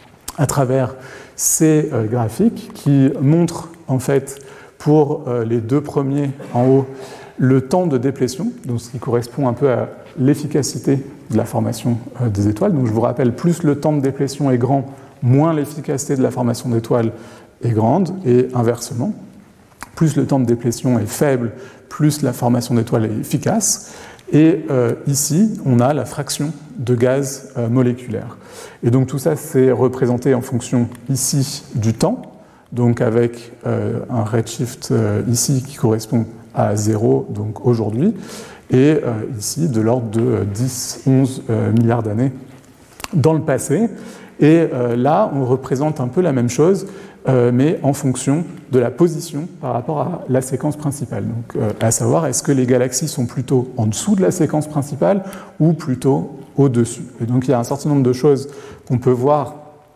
à travers ces euh, graphiques qui montrent en fait pour euh, les deux premiers en haut le temps de déplétion, donc ce qui correspond un peu à l'efficacité de la formation euh, des étoiles. Donc je vous rappelle, plus le temps de déplétion est grand, moins l'efficacité de la formation d'étoiles est grande, et inversement, plus le temps de déplétion est faible, plus la formation d'étoiles est efficace. Et euh, ici, on a la fraction de gaz euh, moléculaire. Et donc tout ça, c'est représenté en fonction ici du temps, donc avec euh, un redshift euh, ici qui correspond à zéro, donc aujourd'hui, et euh, ici de l'ordre de dix à onze euh, milliards d'années dans le passé. Et euh, là, on représente un peu la même chose, euh, mais en fonction de la position par rapport à la séquence principale. Donc, euh, à savoir, est-ce que les galaxies sont plutôt en dessous de la séquence principale ou plutôt au-dessus. Et donc, il y a un certain nombre de choses qu'on peut voir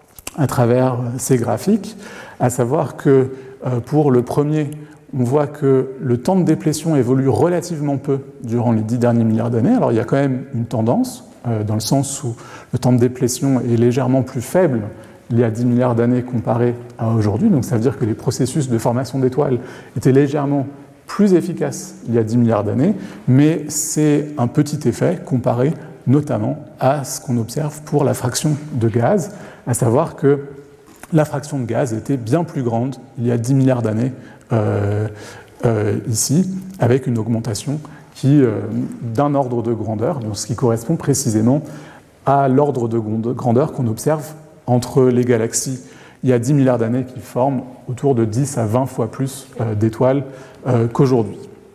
à travers ces graphiques, à savoir que euh, pour le premier, on voit que le temps de déplétion évolue relativement peu durant les dix derniers milliards d'années. Alors, il y a quand même une tendance, euh, dans le sens où le temps de déplétion est légèrement plus faible il y a dix milliards d'années comparé à aujourd'hui. Donc, ça veut dire que les processus de formation d'étoiles étaient légèrement plus efficaces il y a dix milliards d'années, mais c'est un petit effet comparé notamment à ce qu'on observe pour la fraction de gaz, à savoir que la fraction de gaz était bien plus grande il y a dix milliards d'années euh, euh, ici, avec une augmentation qui, euh, d'un ordre de grandeur, donc ce qui correspond précisément à l'ordre de grandeur qu'on observe entre les galaxies il y a dix milliards d'années qui forment autour de dix à vingt fois plus euh, d'étoiles euh, qu'aujourd'hui.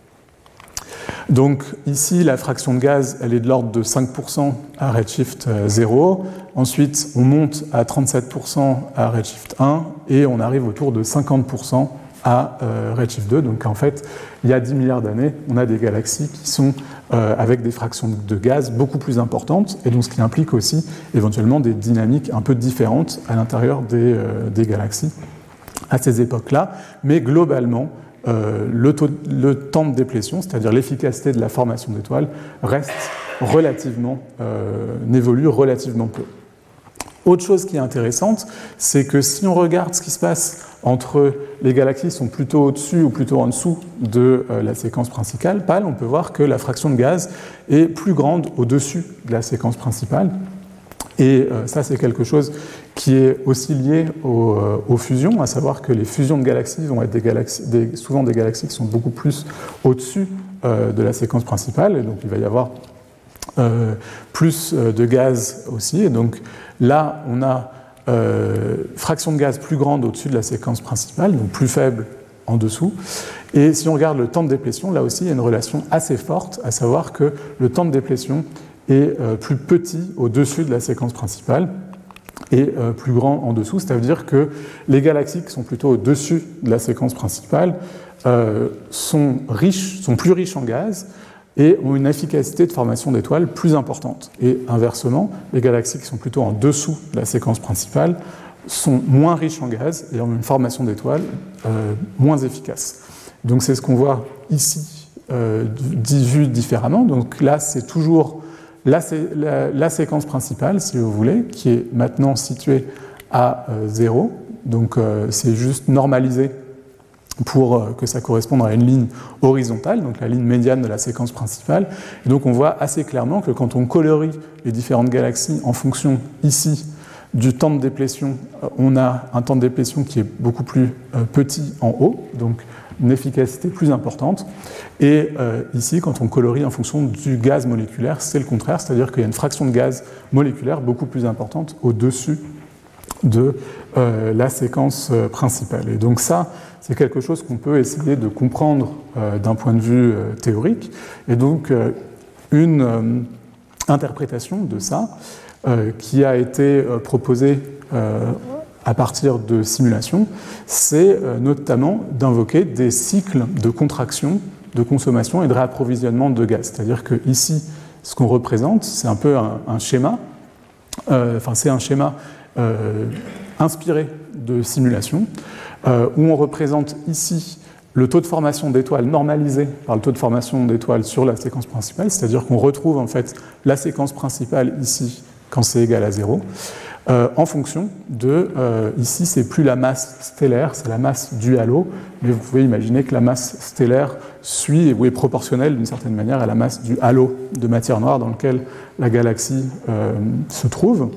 Donc ici, la fraction de gaz, elle est de l'ordre de cinq pour cent à redshift zéro. Ensuite, on monte à trente-sept pour cent à redshift un et on arrive autour de cinquante pour cent à euh, redshift deux. Donc en fait, il y a dix milliards d'années, on a des galaxies qui sont euh, avec des fractions de gaz beaucoup plus importantes, et donc ce qui implique aussi éventuellement des dynamiques un peu différentes à l'intérieur des, euh, des galaxies à ces époques-là. Mais globalement, Euh, le, taux, le temps de déplétion, c'est-à-dire l'efficacité de la formation d'étoiles, reste relativement, euh, n'évolue relativement peu. Autre chose qui est intéressante, c'est que si on regarde ce qui se passe entre les galaxies qui sont plutôt au-dessus ou plutôt en dessous de euh, la séquence principale, on peut voir que la fraction de gaz est plus grande au-dessus de la séquence principale. Et euh, ça, c'est quelque chose qui est aussi lié aux, euh, aux fusions, à savoir que les fusions de galaxies vont être des galaxies, des, souvent des galaxies qui sont beaucoup plus au-dessus euh, de la séquence principale, et donc il va y avoir euh, plus euh, de gaz aussi. Et donc là, on a euh, fraction de gaz plus grande au-dessus de la séquence principale, donc plus faible en dessous. Et si on regarde le temps de déplétion, là aussi, il y a une relation assez forte, à savoir que le temps de déplétion est euh, plus petit au-dessus de la séquence principale et euh, plus grand en dessous. C'est-à-dire que les galaxies qui sont plutôt au-dessus de la séquence principale euh, sont riches, sont plus riches en gaz et ont une efficacité de formation d'étoiles plus importante. Et inversement, les galaxies qui sont plutôt en dessous de la séquence principale sont moins riches en gaz et ont une formation d'étoiles euh, moins efficace. Donc c'est ce qu'on voit ici, euh, vu différemment. Donc là, c'est toujours La, la, la séquence principale, si vous voulez, qui est maintenant située à euh, zéro. Donc euh, c'est juste normalisé pour euh, que ça corresponde à une ligne horizontale, donc la ligne médiane de la séquence principale. Et donc on voit assez clairement que quand on colorie les différentes galaxies en fonction ici du temps de déplétion, euh, on a un temps de déplétion qui est beaucoup plus euh, petit en haut, donc une efficacité plus importante. Et euh, ici, quand on colorie en fonction du gaz moléculaire, c'est le contraire, c'est-à-dire qu'il y a une fraction de gaz moléculaire beaucoup plus importante au-dessus de euh, la séquence euh, principale. Et donc ça, c'est quelque chose qu'on peut essayer de comprendre euh, d'un point de vue euh, théorique. Et donc, euh, une euh, interprétation de ça, euh, qui a été euh, proposée euh, à partir de simulations, c'est euh, notamment d'invoquer des cycles de contraction, de consommation et de réapprovisionnement de gaz. C'est-à-dire que ici, ce qu'on représente, c'est un peu un, un schéma, euh, enfin c'est un schéma euh, inspiré de simulations, euh, où on représente ici le taux de formation d'étoiles normalisé par le taux de formation d'étoiles sur la séquence principale, c'est-à-dire qu'on retrouve en fait la séquence principale ici quand c'est égal à zéro, euh, en fonction de, euh, ici c'est plus la masse stellaire, c'est la masse du halo, mais vous pouvez imaginer que la masse stellaire suit ou est proportionnelle d'une certaine manière à la masse du halo de matière noire dans lequel la galaxie euh, se trouve.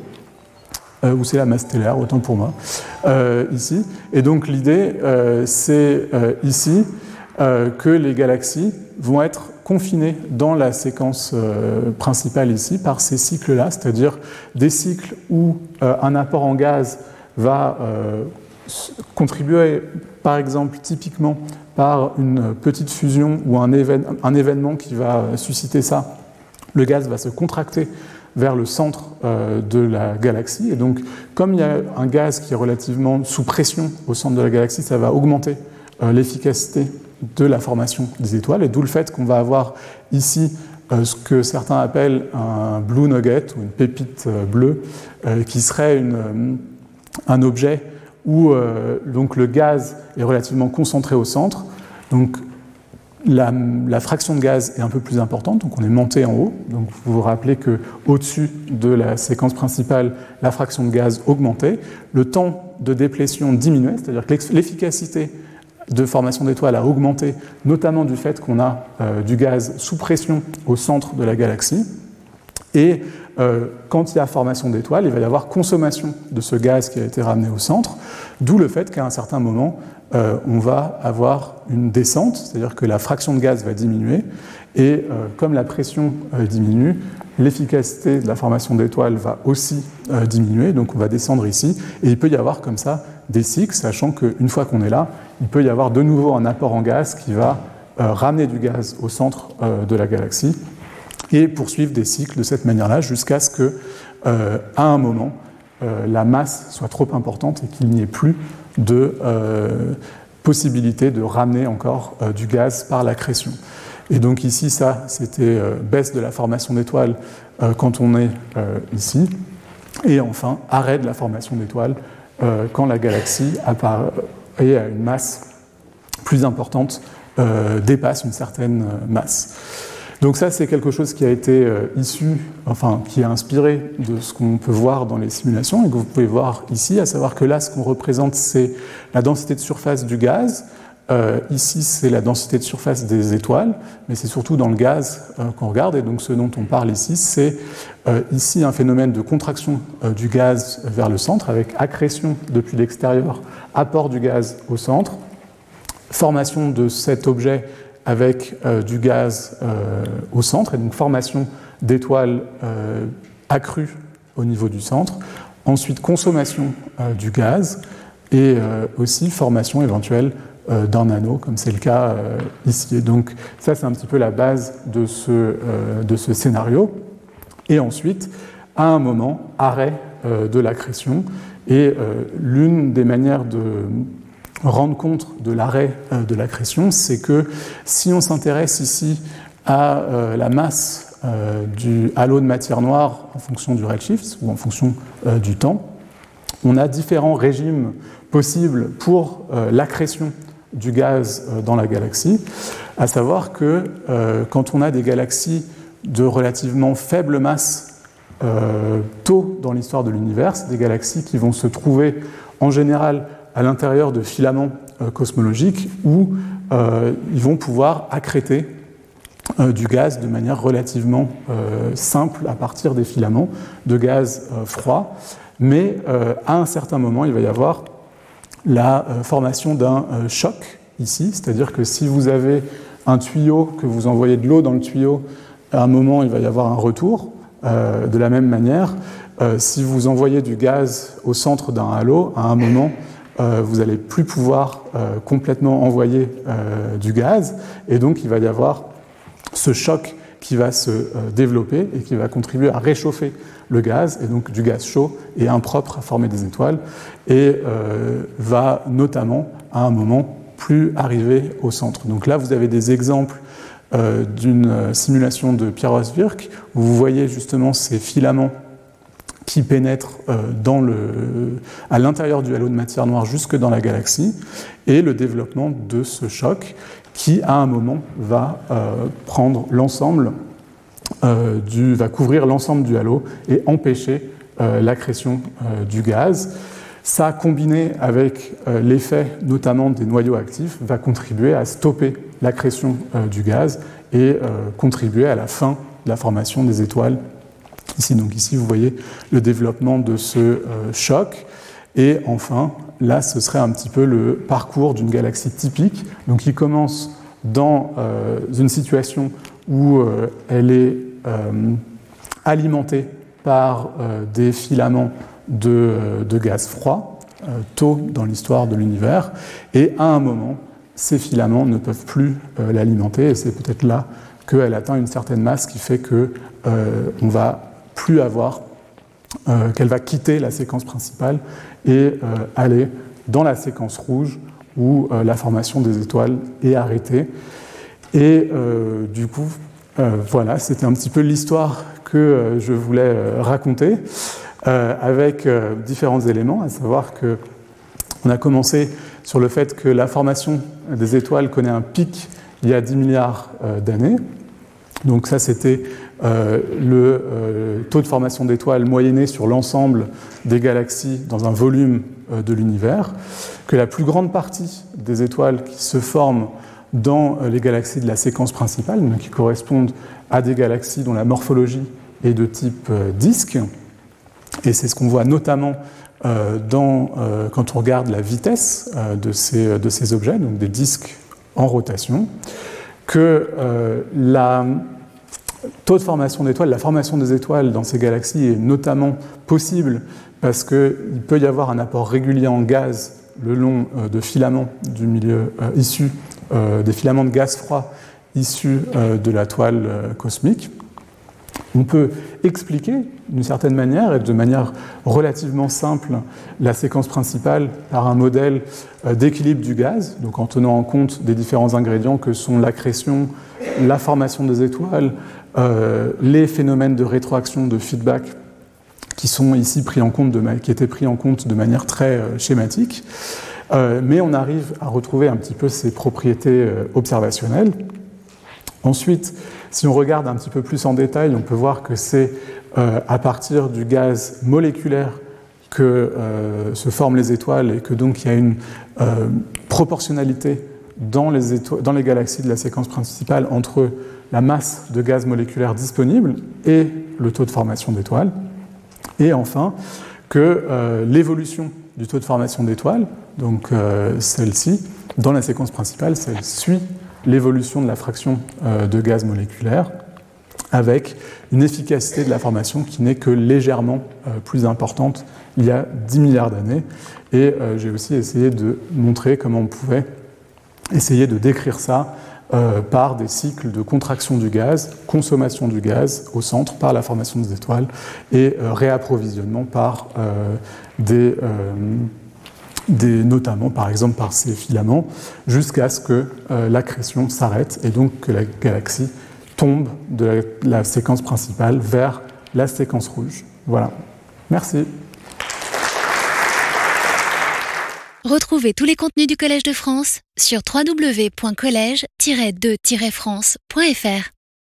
Euh, ou c'est la masse stellaire, autant pour moi, euh, ici. Et donc l'idée, euh, c'est euh, ici euh, que les galaxies vont être confinées dans la séquence euh, principale ici par ces cycles-là, c'est-à-dire des cycles où euh, un apport en gaz va euh, contribuer, par exemple, typiquement par une petite fusion ou un, évén- un événement qui va susciter ça. Le gaz va se contracter vers le centre euh, de la galaxie. Et donc, comme il y a un gaz qui est relativement sous pression au centre de la galaxie, ça va augmenter euh, l'efficacité de la formation des étoiles, et d'où le fait qu'on va avoir ici euh, ce que certains appellent un blue nugget, ou une pépite euh, bleue, euh, qui serait une, euh, un objet où euh, donc le gaz est relativement concentré au centre. Donc, La, la fraction de gaz est un peu plus importante, donc on est monté en haut. Donc vous vous rappelez qu'au-dessus de la séquence principale, la fraction de gaz augmentait. Le temps de déplétion diminuait, c'est-à-dire que l'efficacité de formation d'étoiles a augmenté, notamment du fait qu'on a euh, du gaz sous pression au centre de la galaxie. Et euh, quand il y a formation d'étoiles, il va y avoir consommation de ce gaz qui a été ramené au centre, d'où le fait qu'à un certain moment, euh, on va avoir une descente, c'est-à-dire que la fraction de gaz va diminuer, et euh, comme la pression euh, diminue, l'efficacité de la formation d'étoiles va aussi euh, diminuer, donc on va descendre ici, et il peut y avoir comme ça des cycles, sachant qu'une fois qu'on est là, il peut y avoir de nouveau un apport en gaz qui va euh, ramener du gaz au centre euh, de la galaxie, et poursuivre des cycles de cette manière-là jusqu'à ce que, euh, à un moment, euh, la masse soit trop importante et qu'il n'y ait plus de euh, possibilité de ramener encore euh, du gaz par l'accrétion. Et donc ici, ça, c'était euh, baisse de la formation d'étoiles euh, quand on est euh, ici, et enfin, arrêt de la formation d'étoiles euh, quand la galaxie apparaît et a une masse plus importante, euh, dépasse une certaine masse. Donc ça, c'est quelque chose qui a été euh, issu, enfin, qui est inspiré de ce qu'on peut voir dans les simulations et que vous pouvez voir ici, à savoir que là, ce qu'on représente, c'est la densité de surface du gaz. Euh, ici, c'est la densité de surface des étoiles, mais c'est surtout dans le gaz euh, qu'on regarde. Et donc, ce dont on parle ici, c'est euh, ici un phénomène de contraction euh, du gaz vers le centre, avec accrétion depuis l'extérieur, apport du gaz au centre, formation de cet objet avec euh, du gaz euh, au centre, et donc formation d'étoiles euh, accrues au niveau du centre, ensuite consommation euh, du gaz, et euh, aussi formation éventuelle euh, d'un anneau, comme c'est le cas euh, ici. Et donc ça, c'est un petit peu la base de ce, euh, de ce scénario. Et ensuite, à un moment, arrêt euh, de l'accrétion, et euh, l'une des manières de rendre compte de l'arrêt euh, de l'accrétion, c'est que si on s'intéresse ici à euh, la masse euh, du halo de matière noire en fonction du redshift ou en fonction euh, du temps, on a différents régimes possibles pour euh, l'accrétion du gaz euh, dans la galaxie, à savoir que euh, quand on a des galaxies de relativement faible masse euh, tôt dans l'histoire de l'univers, c'est des galaxies qui vont se trouver en général à l'intérieur de filaments euh, cosmologiques où euh, ils vont pouvoir accréter euh, du gaz de manière relativement euh, simple à partir des filaments de gaz euh, froid. Mais euh, à un certain moment, il va y avoir la euh, formation d'un euh, choc ici, c'est-à-dire que si vous avez un tuyau, que vous envoyez de l'eau dans le tuyau, à un moment, il va y avoir un retour. Euh, de la même manière, euh, si vous envoyez du gaz au centre d'un halo, à un moment, euh, vous n'allez plus pouvoir euh, complètement envoyer euh, du gaz, et donc il va y avoir ce choc qui va se euh, développer et qui va contribuer à réchauffer le gaz, et donc du gaz chaud et impropre à former des étoiles, et euh, va notamment, à un moment, plus arriver au centre. Donc là, vous avez des exemples euh, d'une simulation de Pierre-Ross-Virk, où vous voyez justement ces filaments qui pénètrent euh, dans le, à l'intérieur du halo de matière noire jusque dans la galaxie, et le développement de ce choc qui, à un moment, va euh, prendre l'ensemble euh, du, va couvrir l'ensemble du halo et empêcher euh, l'accrétion euh, du gaz. Ça, combiné avec euh, l'effet notamment des noyaux actifs, va contribuer à stopper l'accrétion euh, du gaz et euh, contribuer à la fin de la formation des étoiles. Ici, donc ici, vous voyez le développement de ce euh, choc. Et enfin, là, ce serait un petit peu le parcours d'une galaxie typique, donc qui commence dans euh, une situation où euh, elle est euh, alimentée par euh, des filaments de, de gaz froid, euh, tôt dans l'histoire de l'univers, et à un moment, ces filaments ne peuvent plus euh, l'alimenter, et c'est peut-être là qu'elle atteint une certaine masse qui fait qu'on euh, va plus avoir, euh, qu'elle va quitter la séquence principale et euh, aller dans la séquence rouge où euh, la formation des étoiles est arrêtée. Et euh, du coup, euh, voilà, c'était un petit peu l'histoire que euh, je voulais euh, raconter, euh, avec euh, différents éléments, à savoir qu'on a commencé sur le fait que la formation des étoiles connaît un pic il y a dix milliards euh, d'années. Donc ça, c'était euh, le euh, taux de formation d'étoiles moyenné sur l'ensemble des galaxies dans un volume euh, de l'univers, que la plus grande partie des étoiles qui se forment dans euh, les galaxies de la séquence principale, donc qui correspondent à des galaxies dont la morphologie est de type euh, disque, et c'est ce qu'on voit notamment euh, dans, euh, quand on regarde la vitesse euh, de, ces, de ces objets, donc des disques en rotation, que euh, la taux de formation d'étoiles, la formation des étoiles dans ces galaxies est notamment possible parce qu'il peut y avoir un apport régulier en gaz le long euh, de filaments du milieu euh, issus, euh, des filaments de gaz froid issus euh, de la toile euh, cosmique. On peut expliquer d'une certaine manière et de manière relativement simple la séquence principale par un modèle d'équilibre du gaz, donc en tenant en compte des différents ingrédients que sont l'accrétion, la formation des étoiles, euh, les phénomènes de rétroaction, de feedback qui sont ici pris en compte de, qui étaient pris en compte de manière très euh, schématique. Euh, mais on arrive à retrouver un petit peu ces propriétés euh, observationnelles. Ensuite, si on regarde un petit peu plus en détail, on peut voir que c'est euh, à partir du gaz moléculaire que euh, se forment les étoiles et que donc il y a une euh, proportionnalité dans les, éto- dans les galaxies de la séquence principale entre la masse de gaz moléculaire disponible et le taux de formation d'étoiles. Et enfin, que euh, l'évolution du taux de formation d'étoiles, donc euh, celle-ci, dans la séquence principale, celle suit l'évolution de la fraction euh, de gaz moléculaire avec une efficacité de la formation qui n'est que légèrement euh, plus importante il y a dix milliards d'années. Et euh, j'ai aussi essayé de montrer comment on pouvait essayer de décrire ça euh, par des cycles de contraction du gaz, consommation du gaz au centre par la formation des étoiles et euh, réapprovisionnement par euh, des... Euh, Des, notamment par exemple par ces filaments, jusqu'à ce que euh, l'accrétion s'arrête et donc que la galaxie tombe de la, la séquence principale vers la séquence rouge. Voilà. Merci. Retrouvez tous les contenus du Collège de France sur w w w point collège tiret de tiret france point f r.